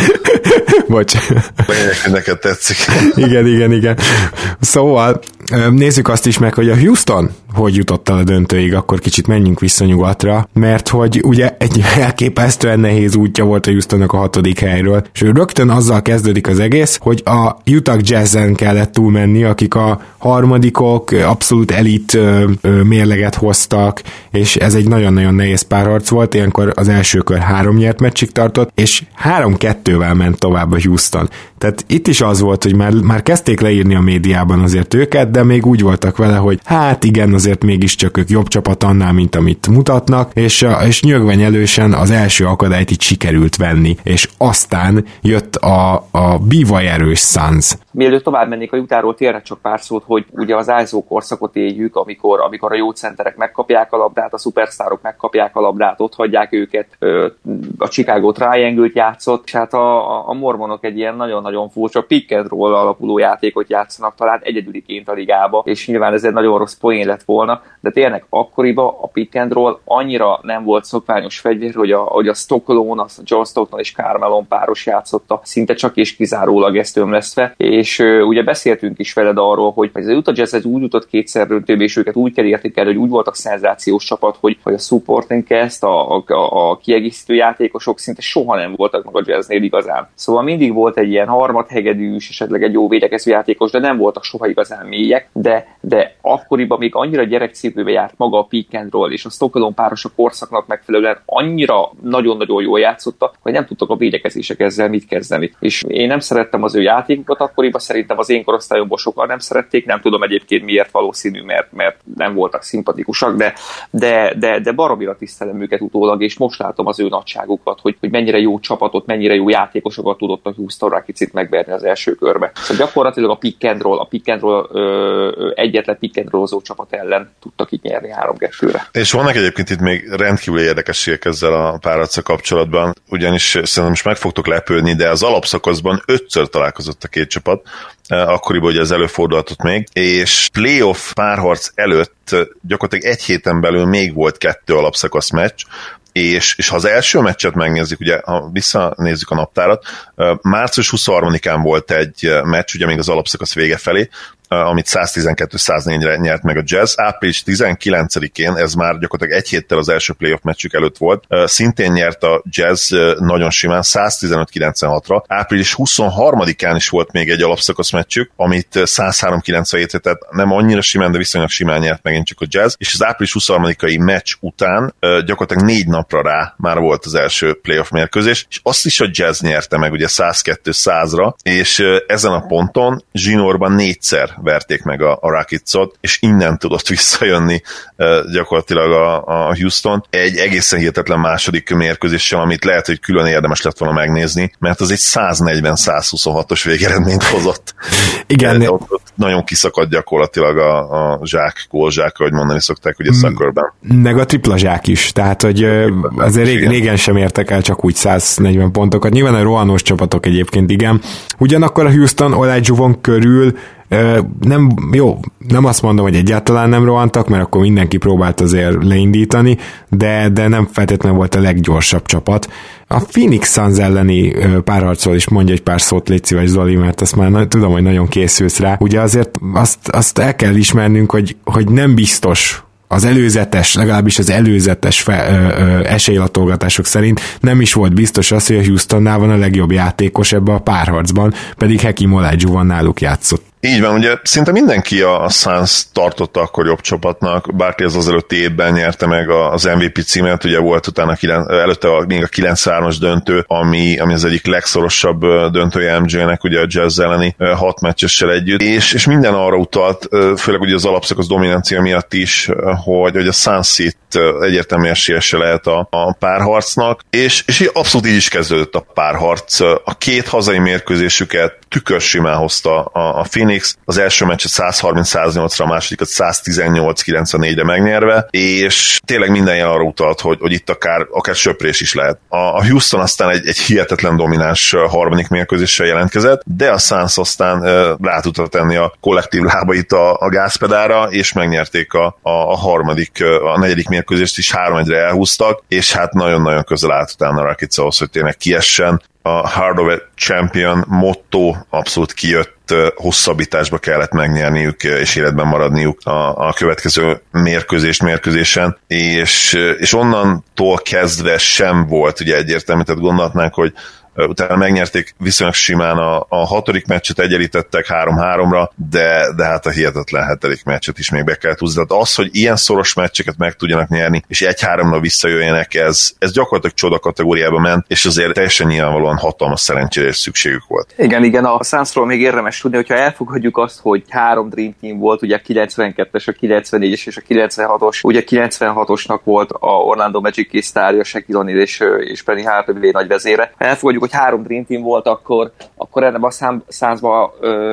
Bocs. Neked tetszik. Igen. Szóval nézzük azt is meg, hogy a Houston hogy jutott el a döntőig, akkor kicsit menjünk vissza nyugatra, mert hogy ugye egy elképesztően nehéz útja volt a Houstonnak a 6. helyről, és rögtön azzal kezdődik az egész, hogy a Utah Jazzen kellett túlmenni, akik a harmadikok, abszolút elit mérleget hoztak, és ez egy nagyon-nagyon nehéz párharc volt, ilyenkor az első kör 3 nyert meccsig tartott, és 3-2-vel ment tovább a Houston. Tehát itt is az volt, hogy már kezdték leírni a médiában azért őket, de még úgy voltak vele, hogy hát igen, azért mégiscsak ők jobb csapat annál, mint amit mutatnak, és nyögvenyelősen az első akadályt itt sikerült venni, és aztán jött a bivaj erős Suns. Mielőtt tovább mennék a Utahról, tényleg csak pár szót, hogy ugye az ISO korszakot éljük, amikor a jó centerek megkapják a labdát, a szupersztárok megkapják a labdát, ott hagyják őket, a Chicago Triangle-t játszott, és hát a mormonok egy ilyen nagyon-nagyon furcsa pick and roll alapuló játékot játszanak, talán egyedüliként a ligába, és nyilván ez egy nagyon rossz poén lett volna, de tényleg akkoriban a pick and roll annyira nem volt szokványos fegyver, hogy a Stockton, a John Stockton és Carmelo páros játszotta, szinte csak és kizárólag ezt ömlesztve, és ugye beszéltünk is veled arról, hogy az Utah Jazz úgy jutott kétszer döntőbe, és őket úgy kell értékelni, hogy úgy voltak szenzációs csapat, hogy a supporting cast, a kiegészítő játékosok szinte soha nem voltak meg a Jazznél igazán. Szóval mindig volt egy ilyen harmadhegedűs, esetleg egy jó védekező játékos, de nem voltak soha igazán mélyek, de akkoriban még annyira gyerekcipőbe járt maga a pick and roll, és a Stockton páros a korszaknak megfelelően annyira nagyon-nagyon jól játszotta, hogy nem tudtak a védekezések ezzel mit kezdeni. És én nem szerettem az ő játékokat akkoriban, szerintem az én korosztályomból sokan nem szerették, nem tudom egyébként miért, valószínű, mert nem voltak szimpatikusak, de baromira tisztelem őket utólag, és most látom az ő nagyságukat, hogy mennyire jó csapatot, mennyire jó játékosokat tudott a Houston Rockets megverni az első körbe. Szóval gyakorlatilag a pick and roll egyetlen pick and rollzó csapat ellen tudtak itt nyerni 3-2-re. És vannak egyébként itt még rendkívül érdekességek ezzel a párharccal kapcsolatban, ugyanis szerintem most meg fogtok lepődni, de az alapszakaszban 5-ször találkozott a két csapat, akkoriban ugye ez előfordulhatott még, és playoff párharc előtt gyakorlatilag egy héten belül még volt 2 alapszakasz meccs, és ha az első meccset megnézzük, ugye ha visszanézzük a naptárat, március 23-án volt egy meccs, ugye még az alapszakasz vége felé, amit 112-104-re nyert meg a Jazz. Április 19-én, ez már gyakorlatilag egy héttel az első playoff meccsük előtt volt, szintén nyert a Jazz nagyon simán 115-96-ra. Április 23-án is volt még egy alapszakasz meccsük, amit 103-97-re, tehát nem annyira simán, de viszonylag simán nyert megint csak a Jazz, és az április 23-ai meccs után gyakorlatilag 4 napra rá már volt az első playoff mérkőzés, és azt is a Jazz nyerte meg ugye 102-100-ra, és ezen a ponton zsinórban 4-szer verték meg a Rockets-ot, és innen tudott visszajönni gyakorlatilag a Houston egy egészen hihetetlen második mérkőzéssel, amit lehet, hogy külön érdemes lett volna megnézni, mert az egy 140-126-os végeredményt hozott. Igen. Ott nagyon kiszakadt gyakorlatilag a zsák, gólzsák, ahogy mondani szokták, ugye Szuckerben. Meg a tripla zsák is, tehát hogy azért régen sem értek el csak úgy 140 pontokat. Nyilván a rohanós csapatok egyébként igen. Ugyanakkor a Houston Olajuwon körül nem azt mondom, hogy egyáltalán nem rohantak, mert akkor mindenki próbált azért leindítani, de nem feltétlenül volt a leggyorsabb csapat. A Phoenix Suns elleni párharcról is mondja egy pár szót, légy szíves Zoli, mert azt már tudom, hogy nagyon készülsz rá. Ugye azért azt el kell ismernünk, hogy nem biztos, legalábbis az előzetes esélylatolgatások szerint nem is volt biztos az, hogy a Houstonnál van a legjobb játékos ebbe a párharcban, pedig Hakeem Olajuwon náluk játszott. Így van, ugye szinte mindenki a Suns tartotta akkor jobb csapatnak, bárki az előtti évben nyerte meg az MVP címet, ugye volt utána előtte még a 93-as döntő, ami az egyik legszorosabb döntője MJ-nek, ugye a Jazz elleni 6 meccsessel együtt, és minden arra utalt, főleg ugye az alapszakasz dominancia miatt is, hogy a Suns itt egyértelmű esélyese lehet a párharcnak, és abszolút így is kezdődött a párharc. A két hazai mérkőzésüket tükörsimán hozta a Phoenix, az első meccset 130-108-ra, a másodikat 118-94-re megnyerve, és tényleg minden jel arra utalt, hogy itt akár söprés is lehet. A Houston aztán egy hihetetlen domináns harmadik mérkőzéssel jelentkezett, de a Suns aztán rá tudta tenni a kollektív lábait a gázpedára, és megnyerték a negyedik mérkőzést is 3-1-re elhúztak, és hát nagyon-nagyon közel állt utána a Rockets ahhoz, hogy tényleg kiessen. A Hard of a Champion motto abszolút kijött, hosszabbításba kellett megnyerniük és életben maradniuk a következő mérkőzésen, és onnantól kezdve sem volt ugye egyértelmű, tehát gondolhatnánk, hogy utána megnyerték viszonylag simán a hatodik meccset, egyenlítettek 3-3-ra, de hát a hihetetlen hetedik meccset is még be kellett húzni. Tehát az, hogy ilyen szoros meccseket meg tudjanak nyerni, és 1-3-ra visszajöjjenek, ez gyakorlatilag csoda kategóriába ment, és azért teljesen nyilvánvalóan hatalmas szerencsére is szükségük volt. Igen, a Sunsról még érdemes tudni, hogyha elfogadjuk azt, hogy 3 Dream Team volt, ugye a 92-es, a 94-es és a 96-os, ugye a 96-osnak volt a Orlando Magic sztárja, Shaquille O'Neal és Penny Hardaway nagy vezére. Ha elfogadjuk, hogy 3 Dream Team volt, akkor ebben a Sunsban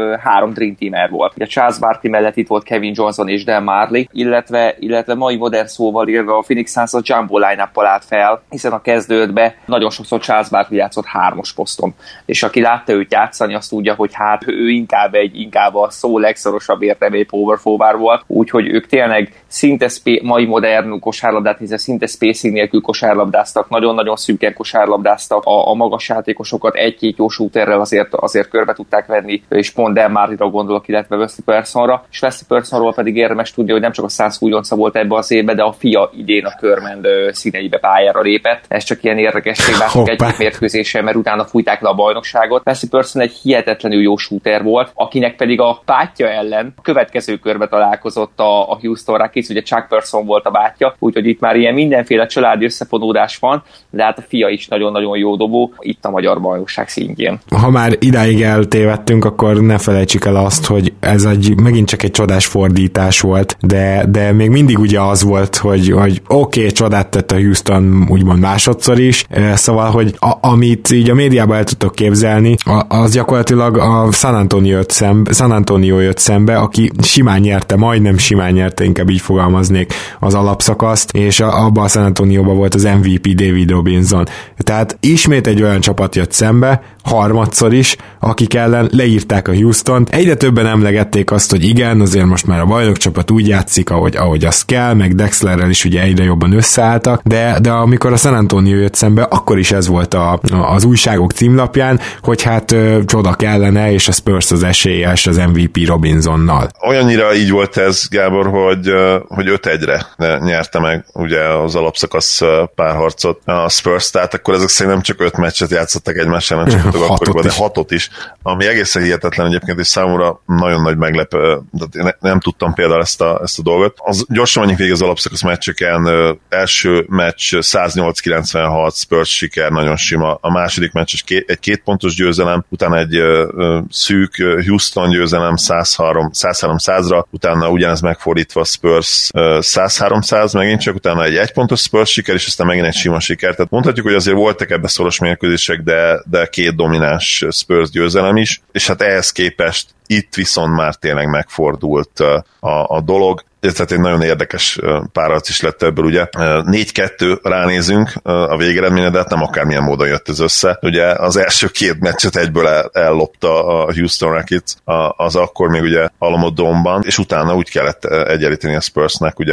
3 Dream Teamer volt. Ugye Charles Barkley mellett itt volt Kevin Johnson és Dan Marley, illetve mai modern szóval írva a Phoenix Suns a jumbo line-uppal állt fel, hiszen a kezdődbe nagyon sokszor Charles Barkley játszott 3-os poszton. És aki látta őt játszani, azt tudja, hogy hát ő inkább a szó legszorosabb értelmé power forward volt, úgyhogy ők tényleg szinte mai modern kosárlabdát, hiszen szinte spacing nélkül kosárlabdáztak, nagyon-nagyon szűken kosárlabdáztak, a magas játékosokat egy-két jó shooterrel azért körbe tudták venni, és pont Dan Marley-ra gondolok, illetve Wesley Personra, és Wesley Personról pedig érdemes tudni, hogy nem csak a Suns újonca volt ebbe az évben, de a fia idén a Körmend színeibe pályára lépett. Ez csak ilyen érdekesség, látunk egy mérkőzésen, mert utána fújták le a bajnokságot. Wesley Person egy hihetetlenül jó shooter volt, akinek pedig a bátyja ellen a következő körbe találkozott a Houston Rockets, ugye Chuck Person volt a bátyja, úgyhogy itt már ilyen mindenféle családi összefonódás van, de hát a fia is nagyon-nagyon jó dobó itt a magyar bajnokság szintjén. Ha már idáig eltévedtünk, akkor ne felejtsük el azt, hogy ez megint csak egy csodás fordítás volt, de még mindig ugye az volt, hogy oké, csodát tett a Houston úgymond másodszor is, szóval, hogy amit így a médiában el tudtok képzelni, az gyakorlatilag a San Antonio jött szembe, aki simán nyerte, majdnem simán nyerte, inkább így fogalmaznék az alapszakaszt, és abban a San Antonioban volt az MVP David Robinson. Tehát ismét egy olyan csapat jött szembe, harmadszor is, akik ellen leírták a Houstont. Egyre többen emlegették azt, hogy igen, azért most már a bajnokcsapat úgy játszik, ahogy az kell, meg Dexlerrel is ugye egyre jobban összeálltak, de amikor a San Antonio jött szembe, akkor is ez volt az újságok címlapján, hogy hát csoda kellene, és a Spurs az esélyes az MVP Robinsonnal. Olyannyira így volt ez, Gábor, hogy 5-1-re nyerte meg ugye az alapszakasz párharcot a Spurs, tehát akkor ezek szerintem csak 5 meccset játszottak egymás ellen, csak akkoriban, de 6-ot is, ami egészen hihetetlen egyébként, és számomra nagyon nagy meglepő, nem tudtam például ezt a dolgot. Gyorsan menjünk végig az alapszakasz meccseken, első meccs 108-96 Spurs siker, nagyon sima, a második meccs egy 2 pontos győzelem, utána egy szűk Houston győzelem 103-100-ra, utána ugyanez megfordítva Spurs 100-300, megint csak utána egy 1 pontos Spurs siker, és aztán megint egy sima siker, tehát mondhatjuk, hogy azért voltak ebbe szoros mérkőzések, de 2 domináns Spurs győzelem is, és hát ehhez képest itt viszont már tényleg megfordult a dolog. Tehát egy nagyon érdekes párharc is lett ebből, ugye. 4-2 ránézünk a végeredményre, de hát nem akármilyen módon jött ez össze. Ugye az első 2 meccset egyből ellopta a Houston Rockets, az akkor még ugye Alamo Dome-ban, és utána úgy kellett egyenlíteni a Spursnek, ugye, hogy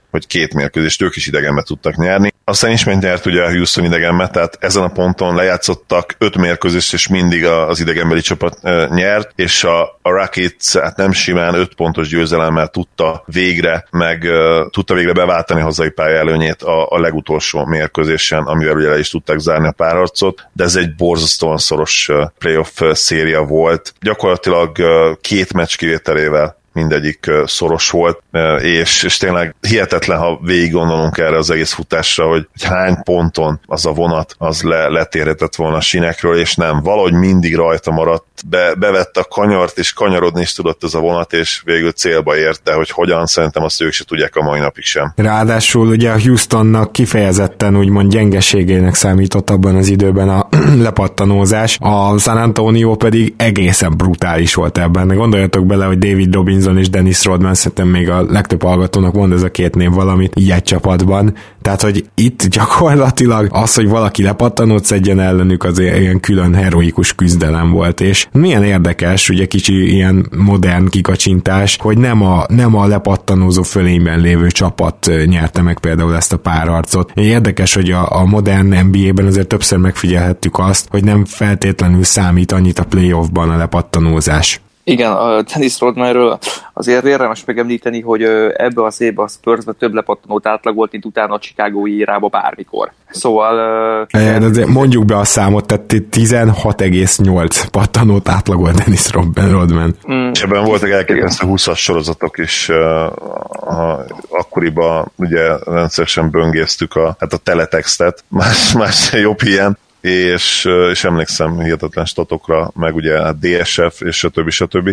hogy 2 mérkőzést ők is idegenbe tudtak nyerni. Aztán ismét nyert ugye a Houston idegenbe, tehát ezen a ponton lejátszottak 5 mérkőzést, és mindig az idegenbeli csapat nyert, és a Rockets hát nem simán 5 pontos győzelemmel tudta végre beváltani hazai pályaelőnyét a legutolsó mérkőzésen, amivel ugye le is tudták zárni a párharcot, de ez egy borzasztóan szoros playoff széria volt. Gyakorlatilag 2 meccs kivételével mindegyik szoros volt, és tényleg hihetetlen, ha végig gondolunk erre az egész futásra, hogy hány ponton az a vonat az letérhetett volna a sinekről, és nem, valahogy mindig rajta maradt, bevette a kanyart, és kanyarodni is tudott ez a vonat, és végül célba érte, hogy hogyan, szerintem azt ők se tudják a mai napig sem. Ráadásul ugye a Houstonnak kifejezetten úgymond gyengeségének számított abban az időben a lepattanózás, a San Antonio pedig egészen brutális volt ebben. Gondoljatok bele, hogy David Robinson és Dennis Rodman, szerintem még a legtöbb hallgatónak mond ez a 2 név valamit így egy csapatban. Tehát, hogy itt gyakorlatilag az, hogy valaki lepattanót szedjen ellenük, az ilyen külön heroikus küzdelem volt, és milyen érdekes, ugye kicsi ilyen modern kikacsintás, hogy nem a lepattanózó fölényben lévő csapat nyerte meg például ezt a párharcot. Érdekes, hogy a modern NBA-ben azért többször megfigyelhettük azt, hogy nem feltétlenül számít annyit a playoffban a lepattanózás. Igen, a Dennis Rodmanről azért érdemes megemlíteni, hogy ebbe az évben a Spursben több lepattanót átlagolt, mint utána a Chicagói érába bármikor. Szóval... mondjuk be a számot, tehát 16,8 pattanót átlagolt Dennis Rodman. És ebben voltak elképesztő 20-as sorozatok is, akkoriban ugye rendszeresen böngésztük a teletextet, más jobb ilyen, és emlékszem hihetetlen statokra, meg ugye a DSF, és stb.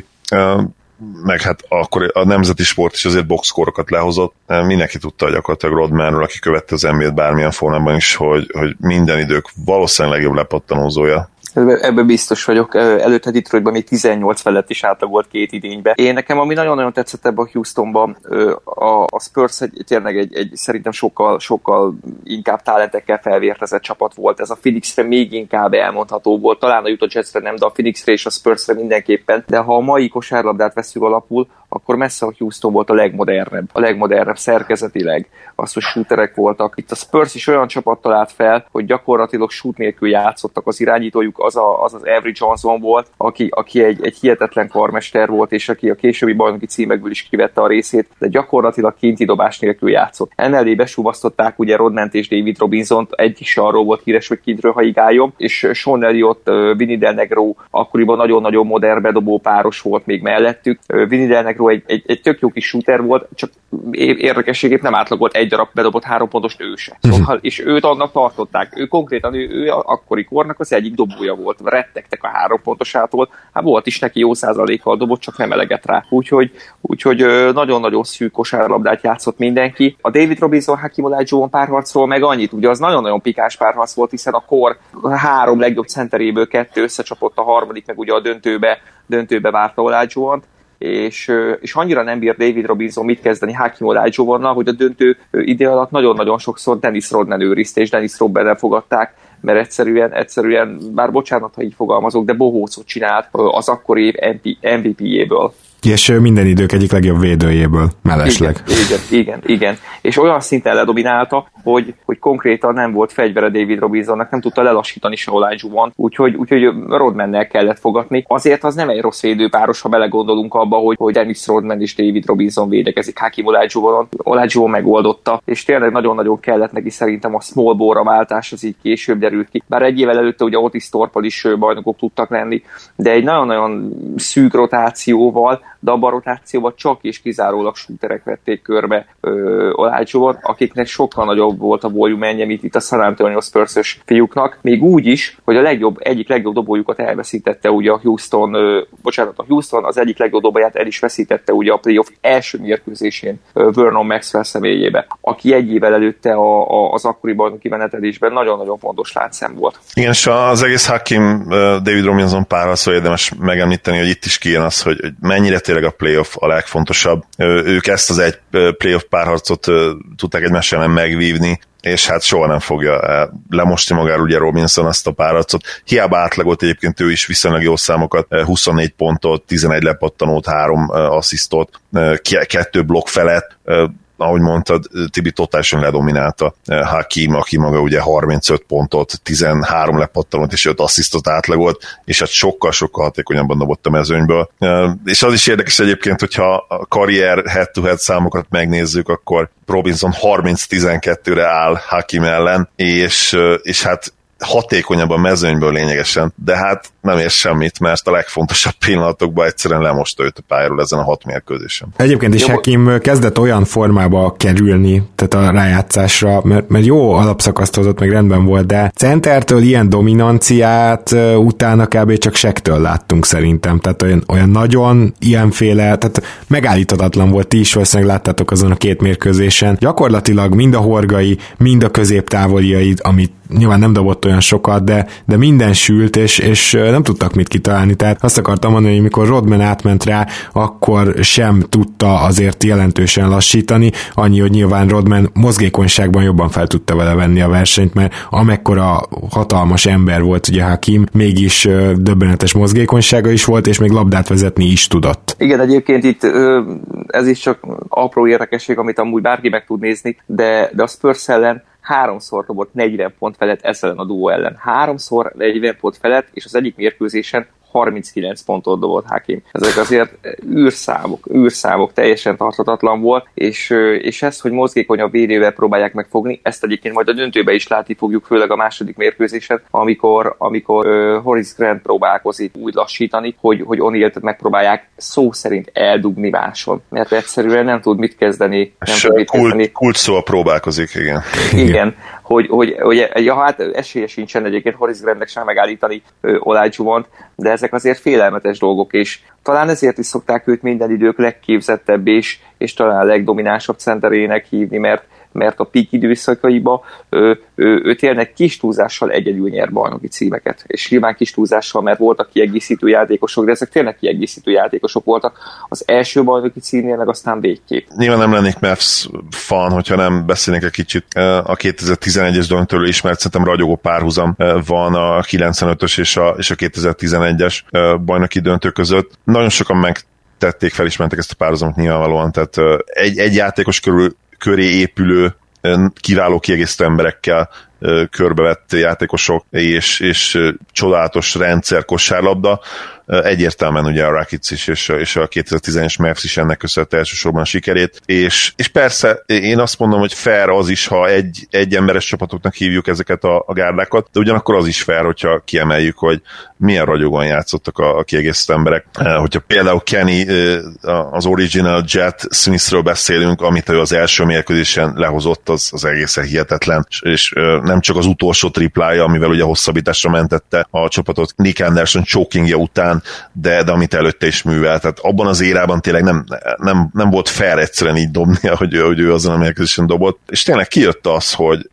Meg hát akkor a nemzeti sport is azért boxkorokat lehozott. Mindenki tudta gyakorlatilag Rodmanról, aki követte az NBA-t bármilyen formában is, hogy minden idők valószínűleg legjobb lepattanózója. Ebben biztos vagyok. Előtte Detroitban még 18 felett is átlagolt 2 idénybe. Nekem ami nagyon-nagyon tetszett ebben a Houstonban, a Spurs tényleg szerintem sokkal inkább talentekkel felvértezett csapat volt. Ez a Phoenixre még inkább elmondható volt. Talán a Utah Jazzre nem, de a Phoenixre és a Spursre mindenképpen. De ha a mai kosárlabdát veszük alapul, akkor messze a Houston volt a legmodernebb szerkezetileg. Az, hogy shooterek voltak. Itt a Spurs is olyan csapat talált fel, hogy gyakorlatilag shoot nélkül játszottak. Az irányítójuk az Avery Johnson volt, aki egy hihetetlen karmester volt, és aki a későbbi bajnoki címekből is kivette a részét, de gyakorlatilag kinti dobás nélkül játszott. Emellé besúvasztották ugye Rodmant és David Robinsont, egyik se arról volt híres, hogy kintről haigáljon, és Sean Elliott, Vinny Del Negro akkoriban nagyon-nagyon modern bedobó páros volt még mellettük. Vinny Del Negro egy tök jó kis shooter volt, csak érdekességét nem átlagolt egy darab bedobott 3 pontos ő se. Szóval, és őt annak tartották. Ő konkrétan ő akkori kornak az egyik dobója volt. Rettegtek a 3 pontosától. Hát volt is neki jó százalékkal dobott, csak nem eleget rá. Úgyhogy nagyon-nagyon szűk kosárlabdát játszott mindenki. A David Robinson, Hakeem Olajuwon párharcról meg annyit, ugye az nagyon-nagyon pikás párharc volt, hiszen a kor 3 legjobb centeréből 2 összecsapott, a harmadik meg ugye a döntőbe várta Olajuwont. És annyira nem bír David Robinson mit kezdeni Hakeem Olajuwonnal, hogy a döntő idő alatt nagyon-nagyon sokszor Dennis Rodman őrizte, és Dennis Rodman fogadták, mert egyszerűen, bár bocsánat, ha így fogalmazok, de bohócot csinált az akkori év MVP-jéből. És minden idők egyik legjobb védőjéből, mellesleg. Igen. És olyan szinten ledominálta, hogy konkrétan nem volt fegyvere David Robinsonnak, nem tudta lelassítani se Olajuwon, úgyhogy Rodmannel kellett fogadni. Azért az nem egy rossz védőpáros, ha belegondolunk abba, hogy Dennis Rodman és David Robinson védekezik Hakeem Olajuwonon. Olajuwon megoldotta, és tényleg nagyon-nagyon kellett neki szerintem a small ballra váltás, az így később derült ki. Bár egy évvel előtte ugye Otis Thorpe-al is bajnokok tudtak lenni, de egy nagyon-nagyon szűk rotációval, de abban a rotációban csak és kizárólag shooterek vették körbe Olajuwont, akiknek sokkal nagyobb volt a volumenje, mint itt a San Antonio Spurs-ös fiúknak, még úgy is, hogy egyik legjobb dobójukat elveszítette ugye a Houston az egyik legjobb dobóját el is veszítette ugye a playoff első mérkőzésén Vernon Maxwell személyébe, aki egy évvel előtte az akkori bajnoki menetelésben nagyon-nagyon fontos láncszem volt. Igen, és az egész Hakeem David Robinson párharcról érdemes megemlíteni, hogy itt is kijön az, hogy mennyire tényleg a playoff a legfontosabb. Ők ezt az egy playoff párharcot tudták egymással megvívni, és hát soha nem fogja lemosni magáról ugye Robinson azt a párharcot. Hiába átlagolt egyébként ő is viszonylag jó számokat, 24 pontot, 11 lepattanót, 3 asszisztot, 2 blokk felett, ahogy mondtad, Tibi totálisan ledominálta Hakim, aki maga ugye 35 pontot, 13 lepattanót és 5 asszisztot átlagolt, és hát sokkal-sokkal hatékonyabban dobott a mezőnyből. És az is érdekes egyébként, hogyha a karrier head-to-head számokat megnézzük, akkor Robinson 30-12-re áll Hakim ellen, és hát hatékonyabb a mezőnyből lényegesen, de hát nem ér semmit, mert a legfontosabb pillanatokban egyszerűen lemosta őt a pályáról ezen a 6 mérkőzésen. Egyébként is Hakim kezdett olyan formába kerülni, tehát a rájátszásra, mert jó alapszakaszt hozott, meg rendben volt, de centertől ilyen dominanciát utána kb. Csak Shaqtől láttunk szerintem, tehát olyan nagyon ilyenféle, tehát megállíthatatlan volt, ti is valószínűleg láttátok azon a 2 mérkőzésen. Gyakorlatilag mind a horgai, mind a középtávoliai, amit nyilván nem dobott olyan sokat, de minden sült, és nem tudtak mit kitalálni. Tehát azt akartam mondani, hogy mikor Rodman átment rá, akkor sem tudta azért jelentősen lassítani, annyi, hogy nyilván Rodman mozgékonyságban jobban fel tudta vele venni a versenyt, mert amekkora hatalmas ember volt ugye Hakim, mégis döbbenetes mozgékonysága is volt, és még labdát vezetni is tudott. Igen, egyébként itt ez is csak apró érdekesség, amit amúgy bárki meg tud nézni, de a Spurs ellen 3-szor dobott 40 pont felett ezzel a duó ellen. 3-szor 40 pont felett, és az egyik mérkőzésen 39 pontot dobott Hakim. Ezek azért űrszámok, teljesen tarthatatlan volt, és ezt, hogy mozgékonyabb védővel próbálják megfogni, ezt egyébként majd a döntőbe is látni fogjuk, főleg a második mérkőzésen, amikor Horace Grant próbálkozik úgy lassítani, hogy O'Neal-t megpróbálják szó szerint eldugni máson, mert egyszerűen nem tud mit kezdeni. Kult szóval próbálkozik, igen. Igen, hogy hát esélye sincsen egyébként Horace Grantnek sem megállítani Olajuwont, de ezek azért félelmetes dolgok, és talán ezért is szokták őt minden idők legképzettebb és talán legdominánsabb centerének hívni, mert a peak időszakaiban ő tényleg kis túlzással egyedül nyer bajnoki címeket. És nyilván kis túlzással, mert voltak kiegészítő játékosok, de ezek tényleg kiegészítő játékosok voltak. Az első bajnoki címnél meg aztán végképp. Nyilván nem lennék Mavs fan, hogyha nem beszélnék egy kicsit a 2011-es döntőről ismert, szerintem ragyogó párhuzam van a 95-ös és a 2011-es bajnoki döntő között. Nagyon sokan megtették, felismertek ezt a párhuzamot nyilvánvalóan, tehát egy játékos köré épülő, kiváló kiegészítő emberekkel körbevett játékosok és csodálatos rendszer kosárlabda. Egyértelműen ugye a Rockets is és a 2010-es Mavs is ennek köszönhette elsősorban a sikerét, és persze én azt mondom, hogy fair az is, ha egy emberes csapatoknak hívjuk ezeket a gárdákat, de ugyanakkor az is fair, hogyha kiemeljük, hogy milyen ragyogóan játszottak a kiegészítő emberek. Hogyha például Kenny, az Original Jet Smithről beszélünk, amit ő az első mérkőzésen lehozott, az egészen hihetetlen, és nem csak az utolsó triplája, amivel ugye hosszabbításra mentette a csapatot Nick Anderson chokingja után, de amit előtte is művelt. Tehát abban az érában tényleg nem volt fair egyszerűen így dobnia, hogy ő azon a mérkőzésen dobott. És tényleg kijött az, hogy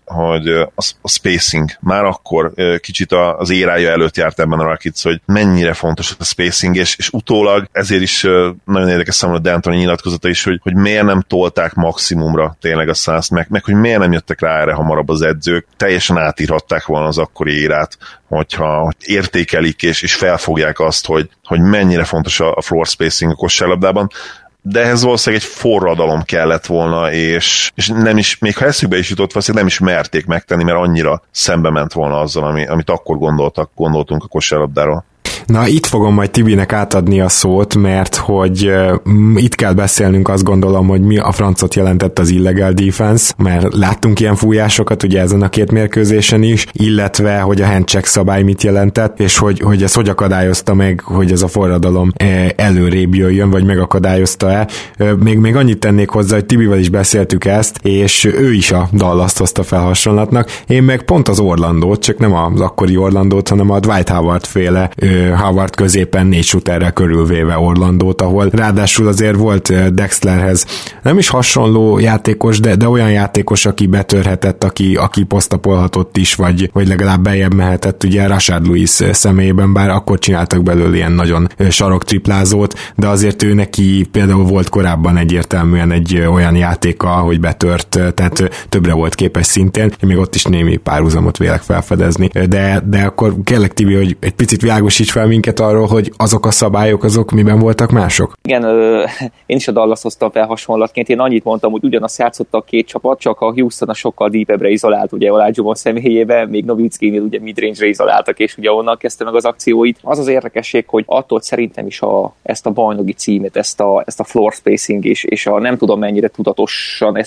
a spacing már akkor kicsit az érája előtt járt ebben a Rockets, hogy mennyire fontos a spacing, és utólag ezért is nagyon érdekes számomra D'Antoni nyilatkozata is, hogy miért nem tolták maximumra tényleg a Suns, meg hogy miért nem jöttek rá erre hamarabb az edzők. Teljesen átírhatták volna az akkori érát, hogyha értékelik és felfogják azt, hogy mennyire fontos a floor spacing a kosárlabdában, de ehhez valószínűleg egy forradalom kellett volna, és nem is, még ha eszükbe is jutott, valószínűleg nem is merték megtenni, mert annyira szembe ment volna azzal, amit akkor gondoltunk a kosárlabdáról. Na, itt fogom majd Tibinek átadni a szót, mert hogy itt kell beszélnünk, azt gondolom, hogy mi a francot jelentett az illegal defense, mert láttunk ilyen fújásokat ugye ezen a 2 mérkőzésen is, illetve hogy a handcheck szabály mit jelentett, és hogy ez hogy akadályozta meg, hogy ez a forradalom előrébb jöjjön, vagy megakadályozta-e. Még annyit tennék hozzá, hogy Tibivel is beszéltük ezt, és ő is a Dallast hozta fel hasonlatnak. Én meg pont az Orlandót, csak nem az akkori Orlandót, hanem a Dwight Howard féle Howard középen 4 shooterrel körülvéve Orlandót, ahol ráadásul azért volt Dexlerhez nem is hasonló játékos, de olyan játékos, aki betörhetett, aki posztapolhatott is, vagy legalább beljebb mehetett, ugye Rashard Lewis személyében, bár akkor csináltak belőle ilyen nagyon saroktriplázót, de azért ő neki például volt korábban egyértelműen egy olyan játéka, hogy betört, tehát többre volt képes szintén, én még ott is némi párhuzamot vélek felfedezni, de akkor kérlek Tibi, hogy egy picit világosíts gyorsíts fel minket arról, hogy azok a szabályok, azok miben voltak mások? Igen, én is a Dallas hoztam fel hasonlatként. Én annyit mondtam, hogy ugyanazt játszott a két csapat, csak a Houston a sokkal deepebbre izolált, ugye Olajuwon személyébe, még Nowitzkinél ugye midrange-re izoláltak, és ugye onnan kezdte meg az akcióit. Az az érdekesség, hogy attól szerintem is ezt a bajnoki címet, ezt a floor spacing és a nem tudom mennyire tudatosan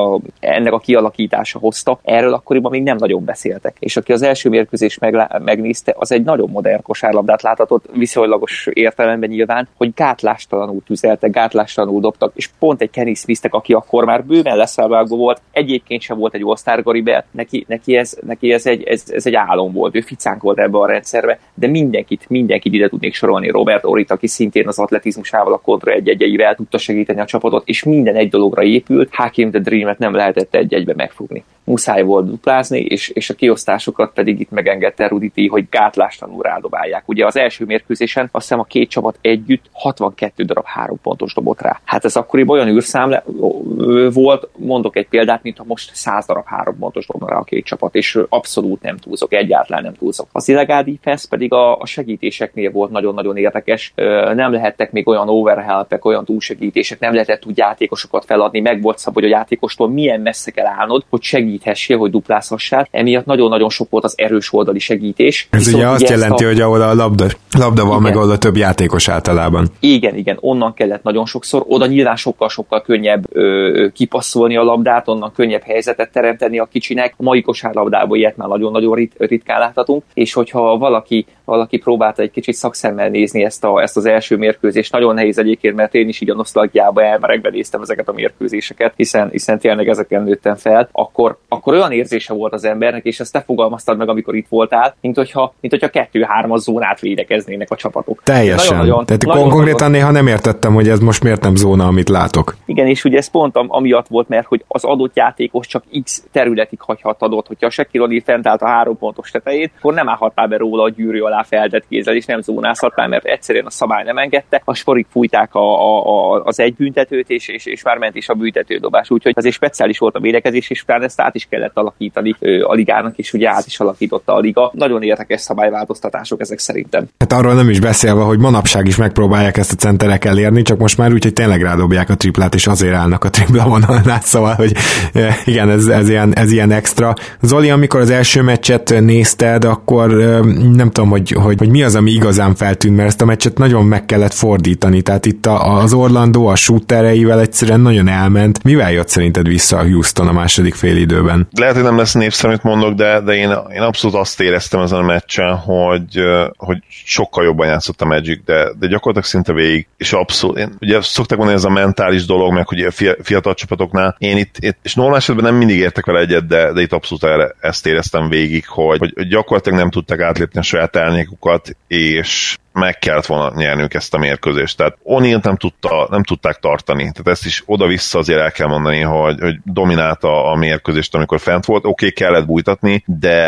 ennek a kialakítása hozta, erről akkoriban még nem nagyon beszéltek. És aki az első mérkőzést megnézte, az egy nagyon modern kosárlabdát láthatott, viszonylagos értelemben nyilván, hogy gátlástalanul tüzeltek, gátlástalanul dobtak, és pont egy Kenny Smith-tek, aki akkor már bőven leszállvágó volt, egyébként sem volt egy All-Star Garibel, neki ez egy álom volt, ő ficánk volt ebbe a rendszerbe, de mindenkit ide tudnék sorolni. Robert Horryt, aki szintén az atletizmusával, a kontra egy-egyeivel tudta segíteni a csapatot, és minden egy dologra épült, Hakeem the Dream-et nem lehetett egy-egybe megfogni. Muszáj volt duplázni, és a kiosztásokat pedig itt megengedte Rudy T, hogy gátlástalanul rádobálják. Ugye az első mérkőzésen azt hiszem a két csapat együtt 62 darab 3 pontos dobott rá. Hát ez akkoriban olyan űrszám volt, mondok egy példát, mint ha most 100 darab 3 pontos dobna rá a két csapat, és abszolút nem túlzok, egyáltalán nem túlzok. Az illegal defense pedig a segítéseknél volt nagyon-nagyon érdekes. Nem lehettek még olyan overhelpek, olyan túlsegítések, nem lehetett úgy játékosokat feladni, meg volt szabad, hogy a játékostól milyen messze kell állnod, hogy segíthessél, hogy duplázhassál. Emiatt nagyon-nagyon sok volt az erős oldali segítés. Ez ugye azt jelenti, hogy ahol a labda van, meg ahol a több játékos általában. Igen, onnan kellett nagyon sokszor. Oda nyilván sokkal könnyebb kipasszolni a labdát, onnan könnyebb helyzetet teremteni a kicsinek. A mai kosárlabdában ilyet már nagyon-nagyon ritkán láthatunk, és hogyha valaki próbálta egy kicsit szakszemmel nézni ezt az első mérkőzést, nagyon nehéz egyébként, mert én is így a nosztalgiába elmeregve néztem ezeket a mérkőzéseket, hiszen tényleg ezeken nőttem fel, akkor olyan érzése volt az embernek, és ezt te fogalmaztad meg, amikor itt voltál, mint hogyha 2-3-as zónát védekeznének a csapatok. Teljesen. Tehát konkrétan néha nem értettem, hogy ez most miért nem zóna, amit látok. Igen, és ugye ez pont amiatt volt, mert hogy az adott játékos csak X területig hagyhatod, hogyha a Shaquille O'Neal fent állt a 3 pontos tetején, akkor nem állhattál be róla a gyűrű alá feltett kézzel, és nem zónázhatnál, mert egyszerűen a szabály nem engedte, a sporig fújták az egy büntetőt, és már ment is a büntetődobás, úgyhogy azért speciális volt a védekezés, és utána ezt át is kellett alakítani a ligának, és ugye át is alakította a liga. Nagyon érdekes szabályváltoztatások ezek szerintem. Hát arról nem is beszélve, hogy manapság is megpróbálják ezt a centerek elérni, csak most már úgy, hogy tényleg rádobják a triplát, és azért állnak a tripla vonalnál, szóval, hogy igen, ez ilyen extra. Zoli, amikor az első meccset nézted, akkor nem tudom, hogy mi az, ami igazán feltűnt, mert ezt a meccset nagyon meg kellett fordítani, tehát itt az Orlando a shootereivel egyszerűen nagyon elment. Mivel jött szerinted vissza a Houston a második félidőben? Lehet, hogy nem lesz népszerű, amit mondok, de én abszolút azt éreztem ezen a meccsen, hogy sokkal jobban játszott a Magic, de gyakorlatilag szinte végig, és abszolút, ugye szokták mondani, ez a mentális dolog, meg hogy a fiatal csapatoknál, én itt és normál esetben nem mindig értek vele egyet, de itt abszolút ezt éreztem végig, hogy gyakorlatilag nem tudták átlépni a saját árnyékukat, és meg kellett volna nyernünk ezt a mérkőzést. Tehát O'Neal nem tudták tartani. Tehát ezt is oda-vissza azért el kell mondani, hogy dominálta a mérkőzést, amikor fent volt. Oké, kellett bújtatni,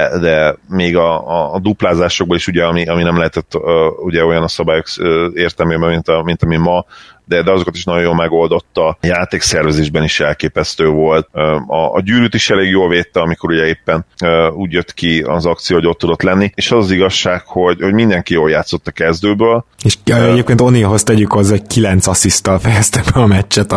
de még a duplázásokból is ugye, ami nem lehetett ugye olyan a szabályok értelmében, mint ami ma, de azokat is nagyon jól megoldotta. A játékszervezésben is elképesztő volt. A gyűrűt is elég jól védte, amikor ugye éppen úgy jött ki az akció, hogy ott tudott lenni, és az igazság, hogy mindenki jól játszott a kezdőből. És egyébként O'Nealhoz tegyük hozzá, hogy 9 assziszttal fejezte be a meccset,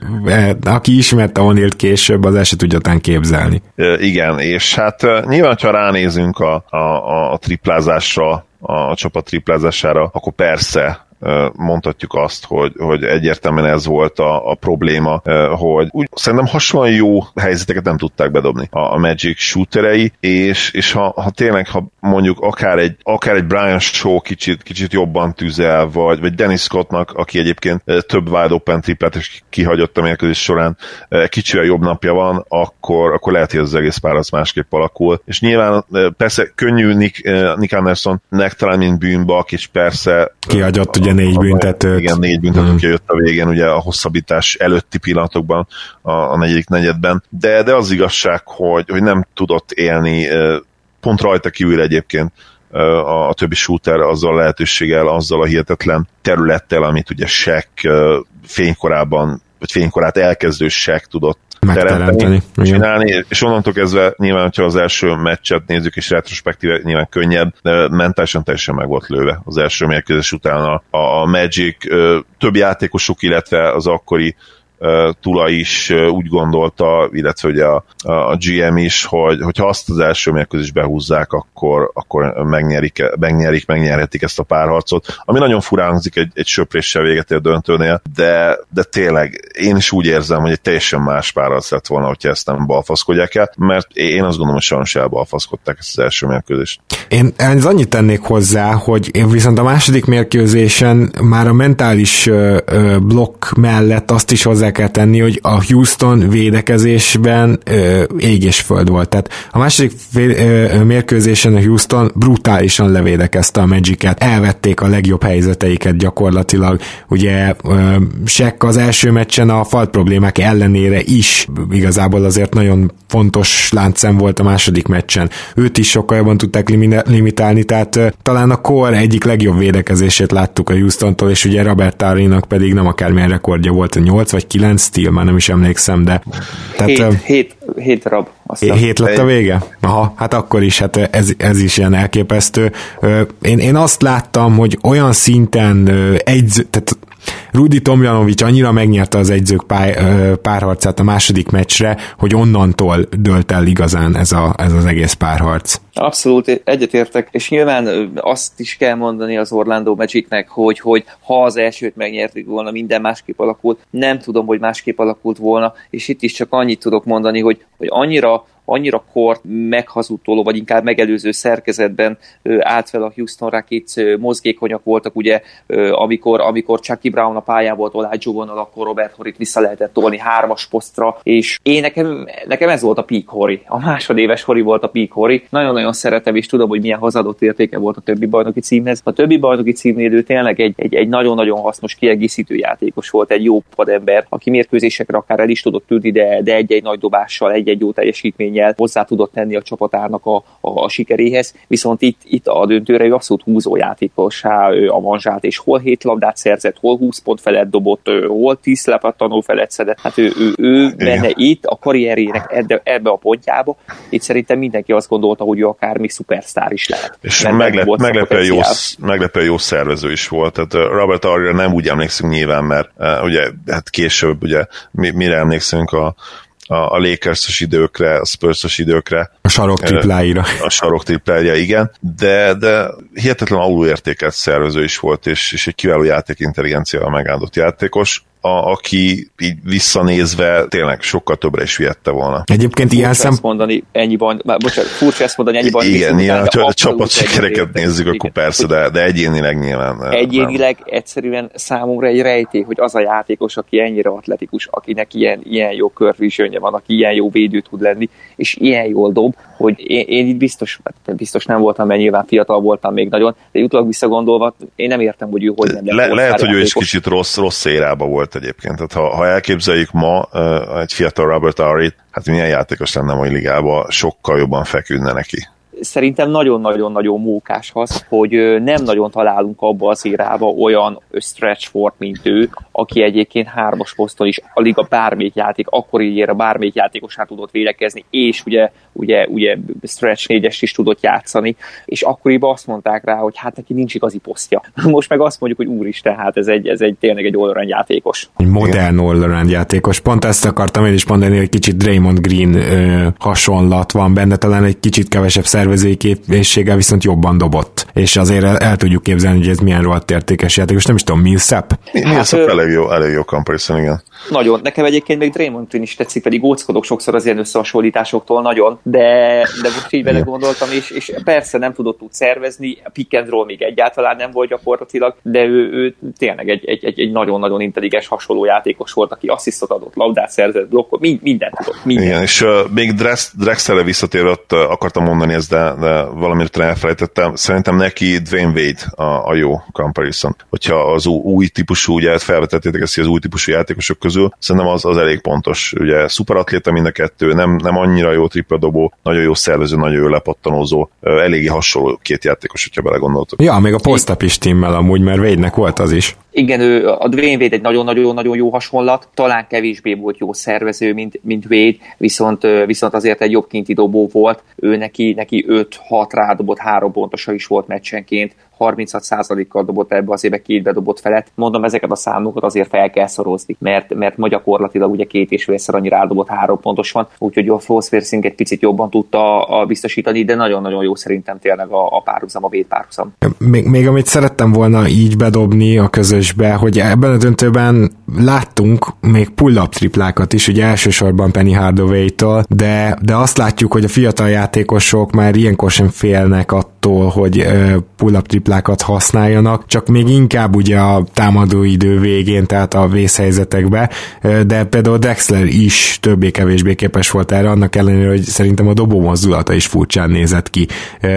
aki ismerte O'Nealt később, az el se tudja után képzelni. Igen, és hát nyilván, ha ránézünk a triplázásra, a csapat triplázására, akkor persze mondhatjuk azt, hogy egyértelműen ez volt a probléma, hogy úgy szerintem hasonlóan jó helyzeteket nem tudták bedobni a Magic shooterei, és ha tényleg, ha mondjuk akár egy Brian Shaw kicsit jobban tüzel, vagy Dennis Scottnak, aki egyébként több wide open triplát is kihagyott a mérkőzés során, kicsivel jobb napja van, akkor lehet, hogy az egész pár az másképp alakul. És nyilván persze könnyű Nick Andersonnek talán, mint bűnbak, és persze kihagyott ugye 4 büntetőt. Igen, 4 büntetőt jött a végén, ugye a hosszabbítás előtti pillanatokban, a negyedik negyedben. De az igazság, hogy nem tudott élni, pont rajta kívül egyébként a többi shooter azzal a lehetőséggel, azzal a hihetetlen területtel, amit ugye Shaq fénykorában fénykorát elkezdő Shaq tudott megteremteni, csinálni, és onnantól kezdve nyilván, hogyha az első meccset nézzük, és retrospektíve nyilván könnyebb, de mentálisan teljesen meg volt lőve az első mérkőzés után a Magic, több játékosuk, illetve az akkori Tula is úgy gondolta, illetve ugye a GM is, hogy ha azt az első mérkőzést behúzzák, akkor megnyerhetik ezt a párharcot, ami nagyon furán hangzik egy söpréssel véget ér döntőnél, de tényleg én is úgy érzem, hogy egy teljesen más párharc lett volna, hogyha ezt nem balfaszkodják el, mert én azt gondolom, hogy sajnos elbalfaszkodták ezt az első mérkőzést. Én annyit tennék hozzá, hogy én viszont a második mérkőzésen már a mentális blokk mellett azt is hozzá kell tenni, hogy a Houston védekezésben ég és föld volt. Tehát a második mérkőzésen a Houston brutálisan levédekezte a Magic-et, elvették a legjobb helyzeteiket gyakorlatilag. Ugye Shaq az első meccsen a falt problémák ellenére is igazából azért nagyon fontos láncszem volt a második meccsen. Őt is sokkal jobban tudták limitálni, tehát talán a core egyik legjobb védekezését láttuk a Houstontól, és ugye Robert Horrynak pedig nem akármilyen rekordja volt, a 8 vagy 9 stíl, már nem is emlékszem, de... 7 darab. 7 lett a vége? Aha, hát akkor is, hát ez is ilyen elképesztő. Én azt láttam, hogy olyan szinten tehát Rudy Tomjanovic annyira megnyerte az egyzők párharcát a második meccsre, hogy onnantól dölt el igazán ez az egész párharc. Abszolút egyetértek, és nyilván azt is kell mondani az Orlando Magicnek, hogy ha az elsőt megnyerték volna, minden másképp alakult, nem tudom, hogy másképp alakult volna, és itt is csak annyit tudok mondani, hogy annyira kort meghazudtoló, vagy inkább megelőző szerkezetben állt fel a Houston Rockets, mozgékonyak voltak, ugye, amikor Chucky Brown a pályán volt Olajuwonnal, akkor Robert Horryt vissza lehetett tolni 3-as posztra, és nekem ez volt a peak Horry. A másodéves Horry volt a peak Horry. Nagyon-nagyon szeretem, és tudom, hogy milyen hozzáadott értéke volt a többi bajnoki címhez. A többi bajnoki címnél tényleg egy nagyon-nagyon hasznos kiegészítő játékos volt, egy jó padember, aki mérkőzésekre akár el is tudott ülni, de egy-egy nagy dobással, egy-egy jó teljesítmény hozzá tudott tenni a csapatának a sikeréhez, viszont itt a döntőre ő abszolút húzójátékossá avanzsált, és hol 7 labdát szerzett, hol 20 pont felett dobott, hol 10 lepattanó felett szedett. Hát ő benne itt a karrierjének ebbe a pontjába, itt szerintem mindenki azt gondolta, hogy ő akár még szupersztár is lehet. És meglepően jó szervező is volt. Tehát Robert Horryra nem úgy emlékszünk nyilván, mert ugye hát később ugye mire emlékszünk a Lakers-os időkre, a Spurs-os időkre. A sarok tripláira. A sarok tripláira, igen. De hihetetlen alulértékelt szervező is volt, és egy kiváló játékintelligenciával megáldott játékos, aki így visszanézve tényleg sokkal többre is vihette volna. Egyébként ilyen furcsa ezt mondani ennyiban. Igen, nyilván, ha a csapatsikereket nézzük, akkor persze, de egyénileg nyilván. Egyénileg egyszerűen számomra egy rejtély, hogy az a játékos, aki ennyire atletikus, akinek ilyen jó körvizsőnye van, aki ilyen jó védő tud lenni, és ilyen jól dob, hogy én itt biztos nem voltam, mert nyilván fiatal voltam még nagyon, de utólag visszagondolva, én nem értem, hogy ő hogy nem lett. Lehet, hogy ő is kicsit rossz érába volt egyébként. Tehát ha elképzeljük ma egy fiatal Robert Horryt, hát milyen játékos lenne a mai ligában, sokkal jobban feküdne neki. Szerintem nagyon-nagyon-nagyon mókás az, hogy nem nagyon találunk abba az érába olyan stretch fort, mint ő, aki egyébként 3-as poszton is a liga bármelyik játék, akkori éra bármelyik játékosát tudott védekezni, és ugye stretch 4-est is tudott játszani, és akkoriban azt mondták rá, hogy hát neki nincs igazi posztja. Most meg azt mondjuk, hogy úristen, hát ez egy tényleg egy all-around játékos. Egy modern all-around játékos. Pont ezt akartam én is mondani, hogy kicsit Draymond Green hasonlat van benne, talán egy kicsit kevesebb szervezői képességgel, viszont jobban dobott. És azért el tudjuk képzelni, hogy ez milyen rohadt értékes játékos. Nem is tudom, Millsap? Millsap elég jó comparison, igen. Nagyon. Nekem egyébként még Draymond Green is tetszik, pedig óckodok sokszor az ilyen összehasonlításoktól nagyon, de most így bele gondoltam, és persze nem tudott úgy szervezni, a pick and roll még egyáltalán nem volt gyakorlatilag, de ő tényleg egy nagyon-nagyon intelligens hasonló játékos volt, aki asszisztot adott, labdát szerzett, blokkot, mindent tudott. Mindent. Igen, és még Drexlerre visszatérve akartam mondani ezt, de valamit elfelejtettem. Szerintem neki Dwayne Wade a jó comparison. Hogyha az új típusú, ugye felvetettétek ezt az új típusú játékosok közül, szerintem az elég pontos. Ugye szuperatléta mind a kettő, nem annyira jó tripladobó, nagyon jó szervező, nagyon jó lepattanózó, eléggé hasonló két játékos, hogyha belegondoltok. Ja, még a post-up is timmel amúgy, mert Wade-nek volt az is. Igen, a Dwayne Wade egy nagyon-nagyon jó hasonlat, talán kevésbé volt jó szervező, mint Wade, viszont azért egy jobb kinti dobó volt, ő neki 5-6 rádobott, 3 pontosa is volt meccsenként, 36%-kal dobott ebbe az évbe 2 bedobott felett. Mondom, ezeket a számokat azért fel kell szorozni, mert ma gyakorlatilag ugye 2,5-szer annyi rádobott 3 pontos van, úgyhogy a Forsberg egy picit jobban tudta biztosítani, de nagyon-nagyon jó szerintem tényleg a párhuzam, a Wade párhuzam. Még amit szerettem volna így bedobni a közösbe, hogy ebben a döntőben láttunk még pull-up triplákat is, ugye elsősorban Penny Hardaway-tól, de azt látjuk, hogy a fiatal játékosok már ilyenkor sem félnek attól, hogy pull-up triplákat használjanak, csak még inkább ugye a támadóidő végén, tehát a vészhelyzetekbe, de például Drexler is többé-kevésbé képes volt erre, annak ellenére, hogy szerintem a dobó mozdulata is furcsán nézett ki.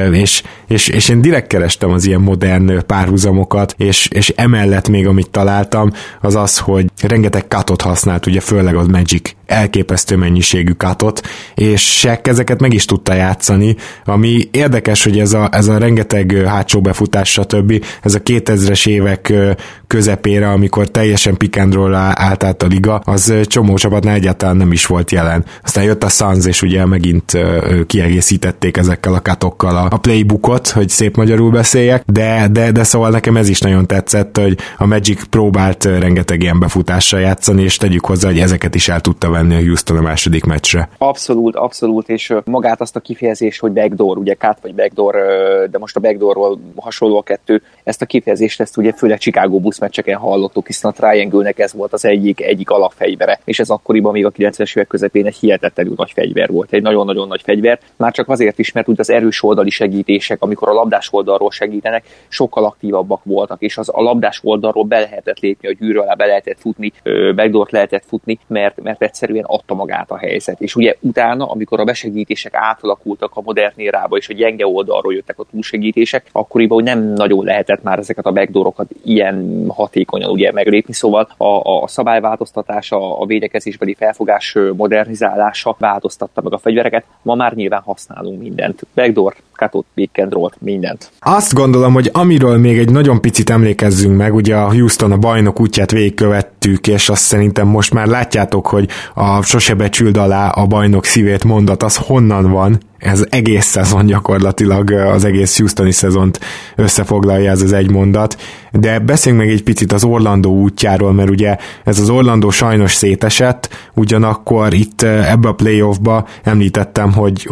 És én direkt kerestem az ilyen modern párhuzamokat, és emellett még amit találtam, az az, hogy rengeteg cutot használt, ugye főleg az Magic elképesztő mennyiségű cutot, és Shaq ezeket meg is tudta játszani, ami érdekes, hogy ez a rengeteg hátsó befutás, stb. Ez a 2000-es évek közepére, amikor teljesen pick and roll állt át a liga, az csomó csapatnál egyáltalán nem is volt jelen. Aztán jött a Suns, és ugye megint kiegészítették ezekkel a cutokkal a playbookot, hogy szép magyarul beszéljek, de szóval nekem ez is nagyon tetszett, hogy a Magic próbált rengeteg ilyen befutással játszani, és tegyük hozzá, hogy ezeket is el tudta venni a Houston a második meccsre. Abszolút, és magát azt a kifejezést, hogy backdoor, ugye cut vagy backdoor, de most a backdoorról hasonló a kettő, ezt a kifejezést ezt ugye főleg Chicago Bulls meccseken hallottuk, hiszen a Triangle-nek ez volt az egyik alapfegyvere, és ez akkoriban még a 90-es évek közepén egy hihetetlenül nagy fegyver volt, egy nagyon-nagyon nagy fegyver, már csak azért is, mert úgy az erős oldali segítések, amikor a labdás oldalról segítenek, sokkal aktívabbak voltak, és az a labdás oldalról be lehetett lépni, a gyűrű alá be lehetett futni, backdoort lehetett futni, mert egyszerűen adta magát a helyzet. És ugye utána, amikor a besegítések átalakultak a modern érába, és a gyenge oldalról jöttek a túlsegítések, akkoriban nem nagyon lehetett már ezeket a backdoorokat ilyen hatékonyan ugye meglépni, szóval a szabályváltoztatása, a védekezésbeli felfogás modernizálása változtatta meg a fegyvereket. Ma már nyilván használunk mindent. Backdoor, cutot, pick and roll, mindent. Azt gondolom, hogy amiről még egy nagyon picit emlékezzünk meg, ugye a Houston a bajnok útját végigkövettük, és azt szerintem most már látjátok, hogy a sose becsüld alá a bajnok szívét mondat, az honnan van. Ez egész szezon gyakorlatilag, az egész Houstoni szezont összefoglalja ez az egy mondat, de beszéljünk meg egy picit az Orlando útjáról, mert ugye ez az Orlando sajnos szétesett, ugyanakkor itt ebbe a playoffba említettem,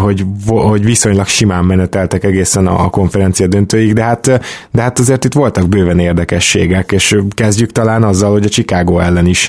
hogy viszonylag simán meneteltek egészen a konferencia döntőig, de hát azért itt voltak bőven érdekességek, és kezdjük talán azzal, hogy a Chicago ellen is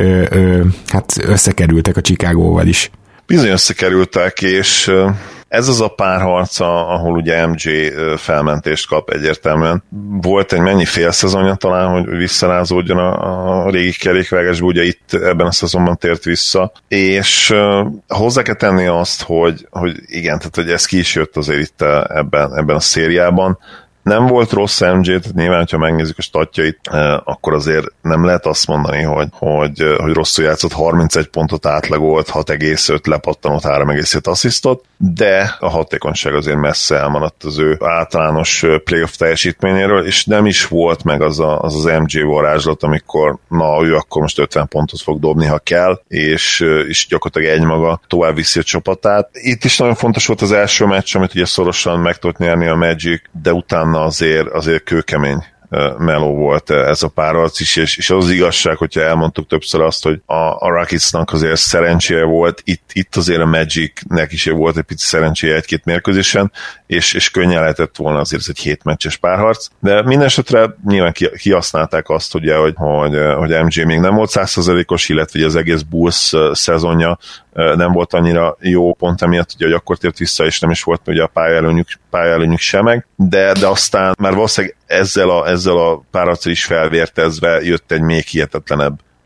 hát összekerültek a Chicagóval is. Bizony összekerültek, és ez az a párharca, ahol ugye MJ felmentést kap egyértelműen. Volt egy mennyi fél szezonja talán, hogy visszarázódjon a régi kerékvágásba, ugye itt ebben a szezonban tért vissza, és hozzá kell tenni azt, hogy igen, tehát hogy ez ki is jött azért itt ebben a szériában. Nem volt rossz MJ, tehát nyilván, hogyha megnézzük a statjait, akkor azért nem lehet azt mondani, hogy rosszul játszott, 31 pontot átlagolt, 6,5 lepattanott, 3,7 asszisztot, de a hatékonyság azért messze elmaradt az ő általános playoff teljesítményéről, és nem is volt meg az MJ varázslat, amikor ő akkor most 50 pontot fog dobni, ha kell, és gyakorlatilag egymaga tovább viszi a csapatát. Itt is nagyon fontos volt az első meccs, amit ugye szorosan meg tudott nyerni a Magic, de utána azért kőkemény meló volt ez a párharc is, és az igazság, hogyha elmondtuk többször azt, hogy a Rocketsnak azért szerencséje volt, itt azért a Magicnek is volt egy pici szerencséje egy-két mérkőzésen, és könnyen lehetett volna azért ez egy 7 meccses párharc, de minden esetre nyilván kihasználták azt, ugye, hogy MJ még nem volt 100%-os, illetve az egész Bulls szezonja nem volt annyira jó pont emiatt, ugye, hogy akkor tért vissza, és nem is volt ugye a pályaelőnyük sem meg, de aztán már valószínűleg ezzel a párharccal is felvértezve jött egy még hihetetlenebb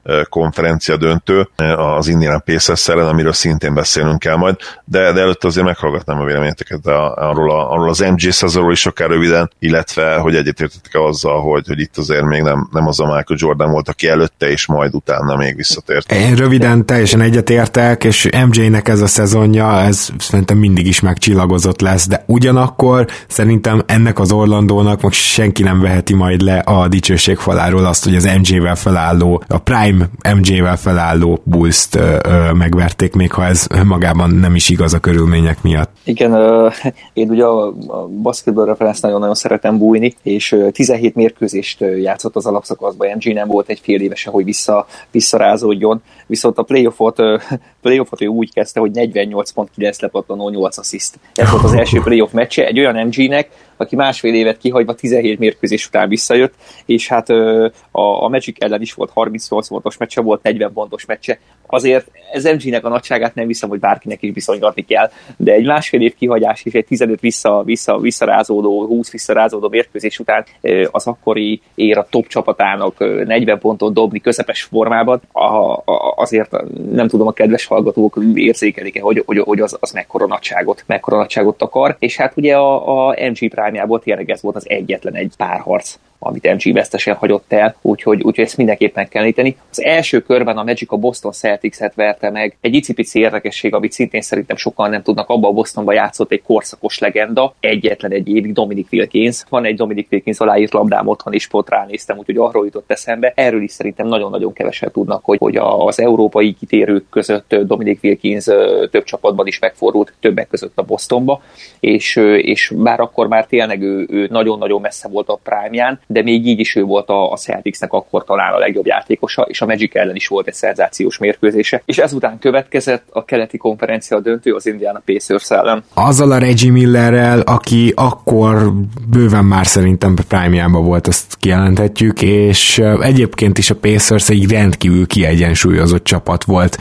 konferencia döntő az Indiana Pacers ellen, amiről szintén beszélnünk kell majd, de előtte azért meghallgatnám a véleményeteket arról az MJ szezonról is akár röviden, illetve hogy egyetértettek azzal, hogy itt azért még nem az a Michael Jordan volt, aki előtte és majd utána még visszatért. Én röviden teljesen egyetértek, és MJ-nek ez a szezonja, ez szerintem mindig is megcsillagozott lesz, de ugyanakkor szerintem ennek az Orlandónak most senki nem veheti majd le a dicsőség faláról azt, hogy az MJ-vel felálló, a Prime MJ-vel felálló Bulls-t megverték, még ha ez magában nem is igaz a körülmények miatt. Igen, én ugye a basketball referenc nagyon-nagyon szeretem bújni, és 17 mérkőzést játszott az alapszakaszban, MJ nem volt egy fél évese, hogy visszarázódjon, viszont a playoffot ő úgy kezdte, hogy 48.9 lepattanó, 8 assziszt. Ez volt az első playoff meccse egy olyan MJ-nek, aki másfél évet kihagyva 17 mérkőzés után visszajött, és hát a Magic ellen is volt 38 pontos meccse, volt 40 pontos meccse. Azért ez MJ-nek a nagyságát nem hiszem, hogy bárkinek is viszonylatni kell, de egy másfél év kihagyás és egy 15 visszarázódó, 20 visszarázódó mérkőzés után az akkori éra top csapatának 40 pontot dobni közepes formában, azért nem tudom, a kedves hallgatók érzékelik-e, hogy az mekkora nagyságot akar, és hát ugye a MJ Prime-jából tényleg ez volt az egyetlen egy párharc, amit MJ vesztesen hagyott el, úgyhogy ezt mindenképpen kell említeni. Az első körben a Magic a Boston Celtics-et verte meg. Egy icipici érdekesség, amit szintén szerintem sokan nem tudnak, abban a Bostonban játszott egy korszakos legenda, egyetlen egy évig, Dominic Wilkins. Van egy Dominic Wilkins aláírt labdám otthon is, pont ránéztem, úgyhogy arról jutott eszembe. Erről is szerintem nagyon-nagyon keveset tudnak, hogy az európai kitérők között Dominic Wilkins több csapatban is megfordult, többek között a Bostonba, és bár akkor már tényleg ő nagyon-nagyon messze volt a prime-ján, de még így is ő volt a Celticsnek akkor talán a legjobb játékosa, és a Magic ellen is volt egy szenzációs mérkőzése. És ezután következett a keleti konferencia döntő az Indiana Pacers ellen. Azzal a Reggie Millerrel, aki akkor bőven már szerintem prime-jában volt, azt kijelenthetjük, és egyébként is a Pacers egy rendkívül kiegyensúlyozott csapat volt,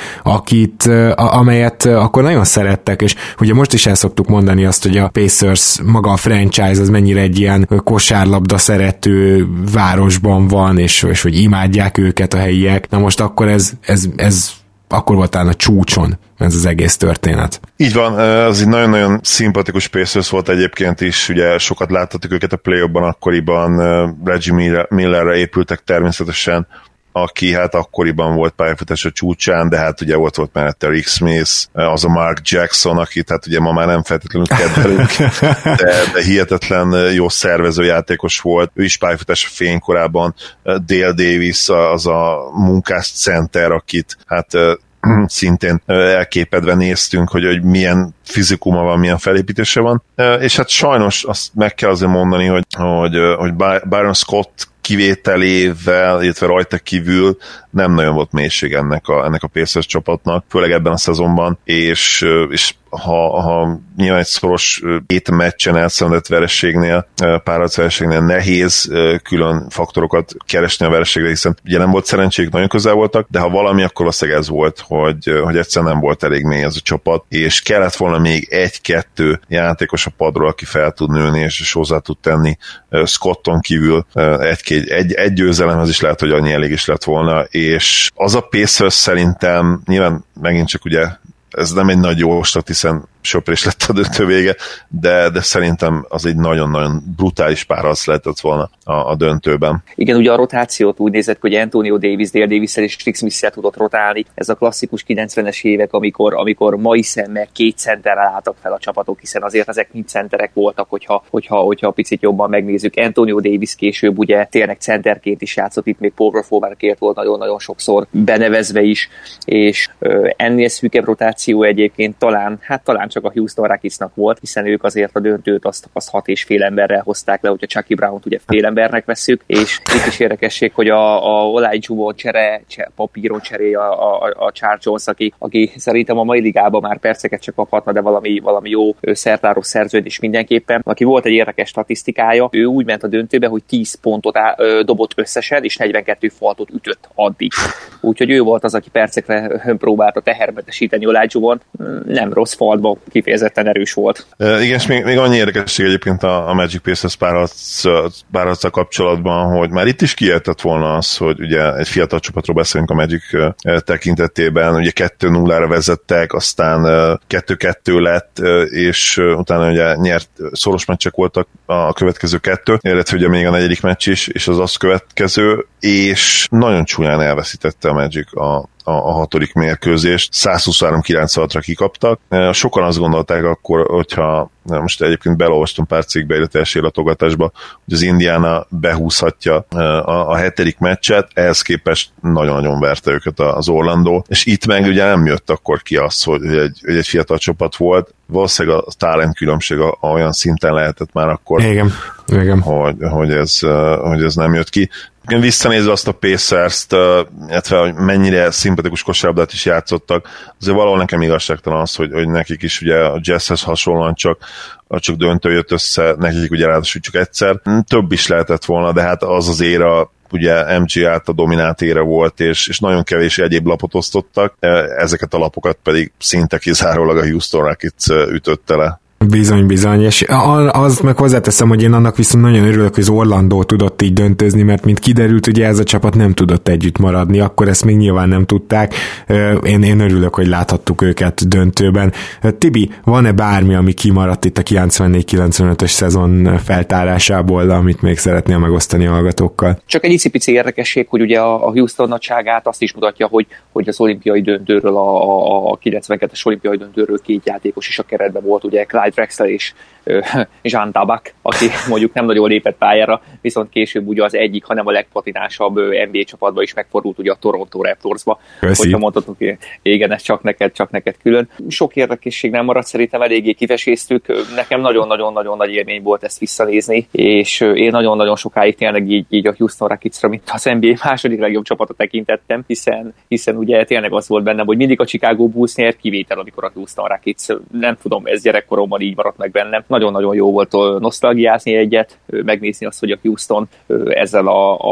amelyet akkor nagyon szerettek, és ugye most is el szoktuk mondani azt, hogy a Pacers, maga a franchise az mennyire egy ilyen kosárlabda szerető városban van, és hogy imádják őket a helyiek. Na most akkor ez akkor volt talán a csúcson ez az egész történet. Így van, az egy nagyon-nagyon szimpatikus Pacers volt egyébként is, ugye sokat láthattuk őket a play-offban akkoriban, Reggie Millerre épültek természetesen, aki hát akkoriban volt pályafutás a csúcsán, de hát ugye volt mellette Rick Smith, az a Mark Jackson, akit hát ugye ma már nem feltétlenül kedvelünk, de hihetetlen jó szervező játékos volt. Ő is pályafutás a fénykorában, Dale Davis, az a munkás center, akit hát szintén elképedve néztünk, hogy milyen fizikuma van, milyen felépítése van. És hát sajnos azt meg kell azért mondani, hogy Byron Scott kivételével, illetve rajta kívül nem nagyon volt mélység ennek a Pacers csapatnak, főleg ebben a szezonban, és ha nyilván egy szoros 7 meccsen elszenvedett vereségnél, párharc vereségnél nehéz külön faktorokat keresni a vereségre, hiszen ugye nem volt szerencséjük, nagyon közel voltak, de ha valami, akkor valószínűleg ez volt, hogy egyszerűen nem volt elég mély ez a csapat, és kellett volna még 1-2 játékos a padról, aki fel tud nőni, és hozzá tud tenni Scotton kívül egy győzelemhez is lehet, hogy annyi elég is lett volna, és az a Pacers szerintem nyilván megint csak ugye ez nem egy nagy jóslat, hiszen söprés lett a döntő vége, de szerintem az egy nagyon-nagyon brutális párharc lehetett volna a döntőben. Igen, ugye a rotációt úgy nézett, hogy Antonio Davis, Dale Davis-szel és Rick Smith-szel tudott rotálni. Ez a klasszikus 90-es évek, amikor mai szemmel 2 centerrel álltak fel a csapatok, hiszen azért ezek mind centerek voltak, hogyha picit jobban megnézzük. Antonio Davis később ugye tényleg centerként is játszott, itt még Paul Forwardként volt nagyon-nagyon sokszor benevezve is, és ennél szűkebb rotáció egyébként talán csak a Houston Rocketsnak volt, hiszen ők azért a döntőt azt 6,5 emberrel hozták le, hogyha Chucky Brownt ugye fél embernek vesszük, és itt is érdekesség, hogy a Olajuwon papíron cseréje a Charles Jones, aki szerintem a mai ligában már perceket csak kaphatna, de valami jó szertáró szerződés mindenképpen. Aki volt egy érdekes statisztikája, ő úgy ment a döntőbe, hogy 10 pontot dobott összesen, és 42 faltot ütött addig. Úgyhogy ő volt az, aki percekre próbálta tehermentesíteni Olajuwon. Nem rossz faltban kifejezetten erős volt. Igen, és még annyi érdekesség egyébként a Magic Pacers párharccal kapcsolatban, hogy már itt is kijeltett volna az, hogy ugye egy fiatal csapatról beszélünk a Magic tekintetében, ugye 2-0-ra vezettek, aztán 2-2 lett, és utána ugye nyert, szoros meccsek voltak a következő 2, illetve ugye még a 4. meccs is, és az azt következő, és nagyon csúnyán elveszítette a Magic a 6. mérkőzést, 123-96-ra kikaptak. Sokan azt gondolták akkor, hogyha most egyébként belolvastam pár cikkbe, illetve esélylatogatásba, hogy az Indiana behúzhatja a 7. meccset, ehhez képest nagyon-nagyon verte őket az Orlando, és itt meg ugye nem jött akkor ki az, hogy egy fiatal csapat volt, valószínűleg a talent különbség olyan szinten lehetett már akkor, igen. Hogy ez nem jött ki. Visszanézve azt a Pacers-t, illetve hogy mennyire szimpatikus kosárlabdát is játszottak, azért valahol nekem igazságtalan az, hogy nekik is ugye a Jazzhez hasonlóan csak döntő jött össze, nekik ugye ráadásul csak egyszer. Több is lehetett volna, de hát az éra ugye MG által dominált ére volt, és nagyon kevés egyéb lapot osztottak, ezeket a lapokat pedig szinte kizárólag a Houston Rockets ütötte le. Bizony, és azt meg hozzáteszem, hogy én annak viszont nagyon örülök, hogy az Orlandó tudott így döntözni, mert mint kiderült, ugye ez a csapat nem tudott együtt maradni, akkor ezt még nyilván nem tudták. Én örülök, hogy láthattuk őket döntőben. Tibi, van-e bármi, ami kimaradt itt a 94-95-ös szezon feltárásából, amit még szeretnél megosztani a hallgatókkal? Csak egy icipici érdekesség, hogy ugye a Houston nagyságát azt is mutatja, hogy az olimpiai döntőről, a 92-es olimpiai döntőről 2 játékos is a keretben volt, ugye Clyde Drexler és Jean Tabak, aki mondjuk nem nagyon lépett pályára, viszont később ugye az egyik, hanem a legpatinásabb NBA csapatba is megfordult ugye a Toronto Raptorsba. Hogyha mondhatunk, igen, ez csak neked külön. Sok érdekesség nem maradt, szerintem eléggé kiveséztük. Nekem nagyon-nagyon-nagyon nagy élmény volt ezt visszanézni, és én nagyon-nagyon sokáig tényleg így a Houston Rocketsra, mint az NBA második legjobb csapatot tekintettem, hiszen ugye tényleg az volt bennem, hogy mindig a Chicago Bulls nyert, kivétel, amikor a Houston Rockets, nem tudom, ez gyerekkoromban így maradt meg bennem. Nagyon-nagyon jó volt nosztalgiázni egyet, megnézni azt, hogy a Houston ezzel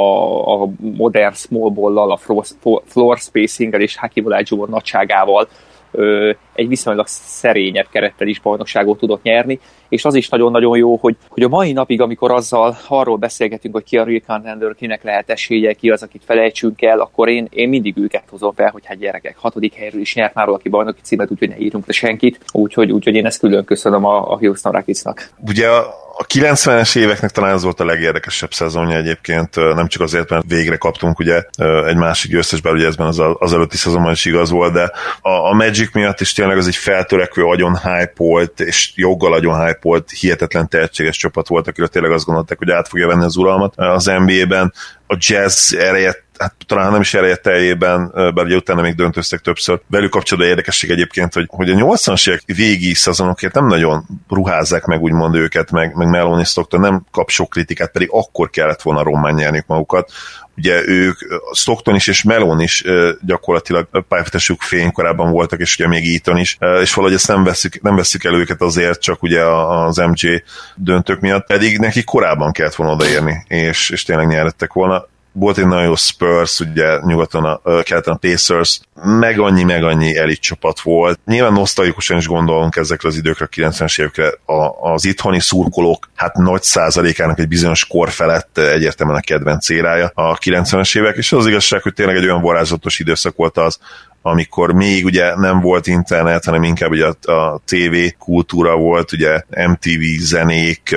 a modern small ball-lal, a floor spacing-el és Hakeem Olajuwon nagyságával egy viszonylag szerényebb kerettel is bajnokságot tudott nyerni, és az is nagyon-nagyon jó, hogy a mai napig, amikor arról beszélgetünk, hogy ki a real contender, kinek lehet esélye, ki az, akit felejtsünk el, akkor én mindig őket hozom fel, hogy hát gyerekek, 6. helyről is nyert már valaki bajnoki címet, úgyhogy ne írjunk le senkit, úgyhogy én ezt külön köszönöm a Houston Rocketsnak. Ugye a 90-es éveknek talán ez volt a legérdekesebb szezonja egyébként, nem csak azért, mert végre kaptunk ugye egy másik győztes, bár ugye ezben az előtti szezonban is igaz volt, de a Magic miatt is tényleg az egy feltörekvő, agyon hype-olt, és joggal agyon hype-olt, hihetetlen tehetséges csapat volt, akiről tényleg azt gondolták, hogy át fogja venni az uralmat az NBA-ben. A Jazz ereje, hát talán nem is ereje teljében, bár ugye utána még döntöztek többször. Velük kapcsolatban érdekesség egyébként, hogy a 80-as évek végi szezonokért nem nagyon ruházzák meg úgymond őket, meg Malone Stockton nem kap sok kritikát, pedig akkor kellett volna rommán nyerniük magukat. Ugye ők, Stockton is és Malone is gyakorlatilag pályafutásuk fénykorában voltak, és ugye még Eaton is, és valahogy ezt nem vesszük el őket azért, csak ugye az MJ döntők miatt, pedig neki korábban kellett volna odaérni, és tényleg nyerhettek volna. Volt egy nagyon jó Spurs, ugye nyugaton, keleten a Pacers, meg annyi elit csapat volt. Nyilván nosztalgikusan is gondolunk ezekre az időkre, a 90-es évekre. Az itthoni szurkolók, hát nagy százalékának egy bizonyos kor felett egyértelműen a kedvenc érája a 90-es évek, és az igazság, hogy tényleg egy olyan varázslatos időszak volt az, amikor még ugye nem volt internet, hanem inkább ugye a TV kultúra volt, ugye MTV zenék,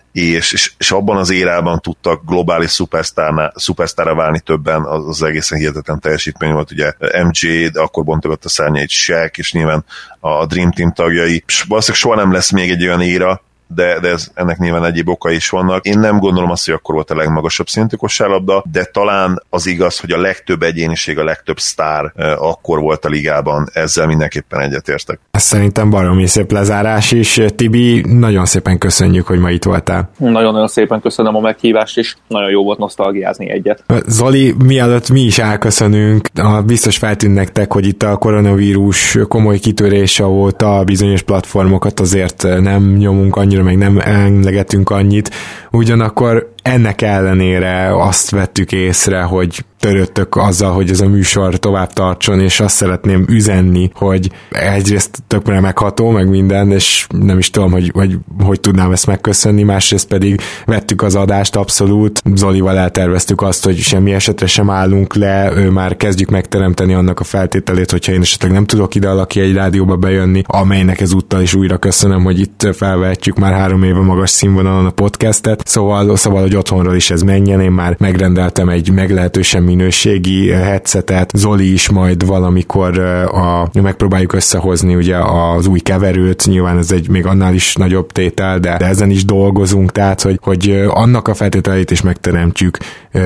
és abban az érában tudtak globális szupersztárra válni többen, az egészen hihetetlen teljesítmény volt, ugye MJ, de akkor bontogatta a szárnyait Shaq, és nyilván a Dream Team tagjai, és valószínűleg soha nem lesz még egy olyan éra, de ennek nyilván egyéb okai is vannak. Én nem gondolom azt, hogy akkor volt a legmagasabb szintű kosárlabda, de talán az igaz, hogy a legtöbb egyéniség, a legtöbb sztár akkor volt a ligában, ezzel mindenképpen egyetértek. Ez szerintem baromi szép lezárás is. Tibi, nagyon szépen köszönjük, hogy ma itt voltál. Nagyon-nagyon szépen köszönöm a meghívást, és nagyon jó volt nosztalgiázni egyet. Zoli, mielőtt mi is elköszönünk, biztos feltűnt nektek, hogy itt a koronavírus komoly kitörése óta bizonyos platformokat azért nem nyomunk annyira, meg nem emlegetünk annyit, ugyanakkor ennek ellenére azt vettük észre, hogy törődtök azzal, hogy ez a műsor tovább tartson, és azt szeretném üzenni, hogy egyrészt tökre megható, meg minden, és nem is tudom, hogy tudnám ezt megköszönni, másrészt pedig vettük az adást abszolút, Zolival elterveztük azt, hogy semmi esetre sem állunk le, már kezdjük megteremteni annak a feltételét, hogyha én esetleg nem tudok ide alaki egy rádióba bejönni, amelynek ezúttal is újra köszönöm, hogy itt felvehetjük már 3 éve magas színvonalon a podcastet, szóval, hogy otthonról is ez menjen, én már megrendeltem egy meglehetősen minőségi headsetet, Zoli is majd valamikor megpróbáljuk összehozni ugye az új keverőt, nyilván ez egy még annál is nagyobb tétel, de ezen is dolgozunk, tehát hogy annak a feltételeit is megteremtjük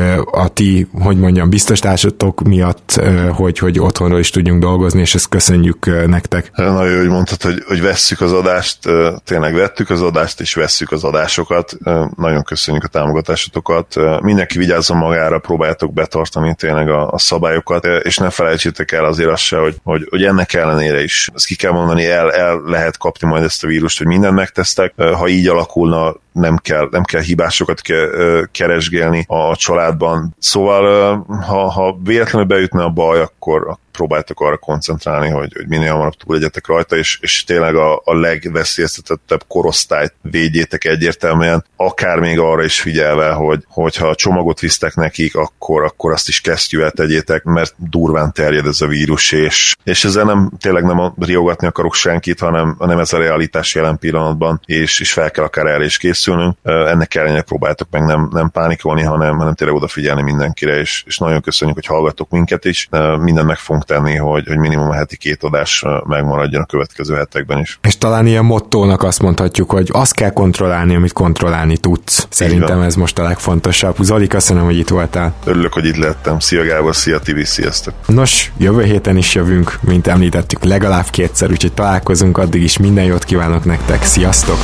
a ti, hogy mondjam, biztosításotok miatt, hogy otthonról is tudjunk dolgozni, és ezt köszönjük nektek. Nagyon jó, hogy mondtad, hogy vesszük az adást, tényleg vettük az adást, és vesszük az adásokat. Nagyon köszönjük a támogatásotokat. Mindenki vigyázzon magára, próbáljátok betartani tényleg a szabályokat, és ne felejtsétek el azért azt se, hogy ennek ellenére is, ezt ki kell mondani, el lehet kapni majd ezt a vírust, hogy mindent megtesztek. Ha így alakulna, nem kell hibásokat keresgélni a családban. Szóval, ha véletlenül beütne a baj, akkor próbáltak arra koncentrálni, hogy minél hamarabb túl legyetek rajta, és tényleg a legveszélyeztetettebb korosztályt védjétek egyértelműen, akár még arra is figyelve, hogyha a csomagot visztek nekik, akkor azt is kesztyűvel tegyétek, mert durván terjed ez a vírus, és ezzel tényleg nem riogatni akarok senkit, hanem ez a realitás jelen pillanatban, és fel kell akár el is készülnünk. Ennek ellenére próbáltok meg nem pánikolni, hanem tényleg odafigyelni mindenkire, és nagyon köszönjük, hogy hallgattok minket is. Mindent meg fogunk tenni, hogy minimum a heti 2 adás megmaradjon a következő hetekben is. És talán ilyen mottónak azt mondhatjuk, hogy azt kell kontrollálni, amit kontrollálni tudsz. Szerintem ez most a legfontosabb. Zoli, köszönöm, hogy itt voltál. Örülök, hogy itt lettem. Szia Gábor, szia Tibi, sziasztok. Nos, jövő héten is jövünk, mint említettük, legalább 2-szer, úgyhogy találkozunk, addig is minden jót kívánok nektek. Sziasztok!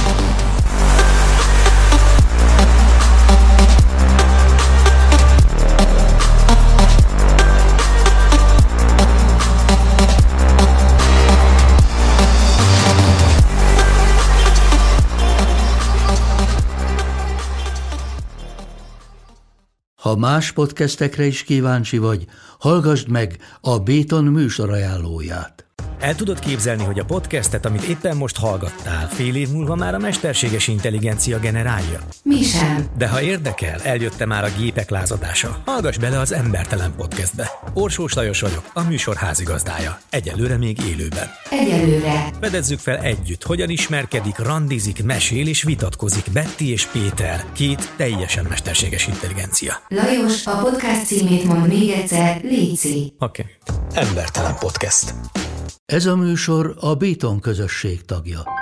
Ha más podcastekre is kíváncsi vagy, hallgassd meg a Béton műsor ajánlóját. El tudod képzelni, hogy a podcastet, amit éppen most hallgattál, fél év múlva már a mesterséges intelligencia generálja? Mi sem. De ha érdekel, eljött már a gépek lázadása. Hallgass bele az Embertelen Podcastbe. Orsós Lajos vagyok, a műsor házigazdája. Egyelőre még élőben. Egyelőre. Fedezzük fel együtt, hogyan ismerkedik, randizik, mesél és vitatkozik Betty és Péter, 2 teljesen mesterséges intelligencia. Lajos, a podcast címét mond még egyszer, léci. Oké. Embertelen Podcast. Ez a műsor a Béton közösség tagja.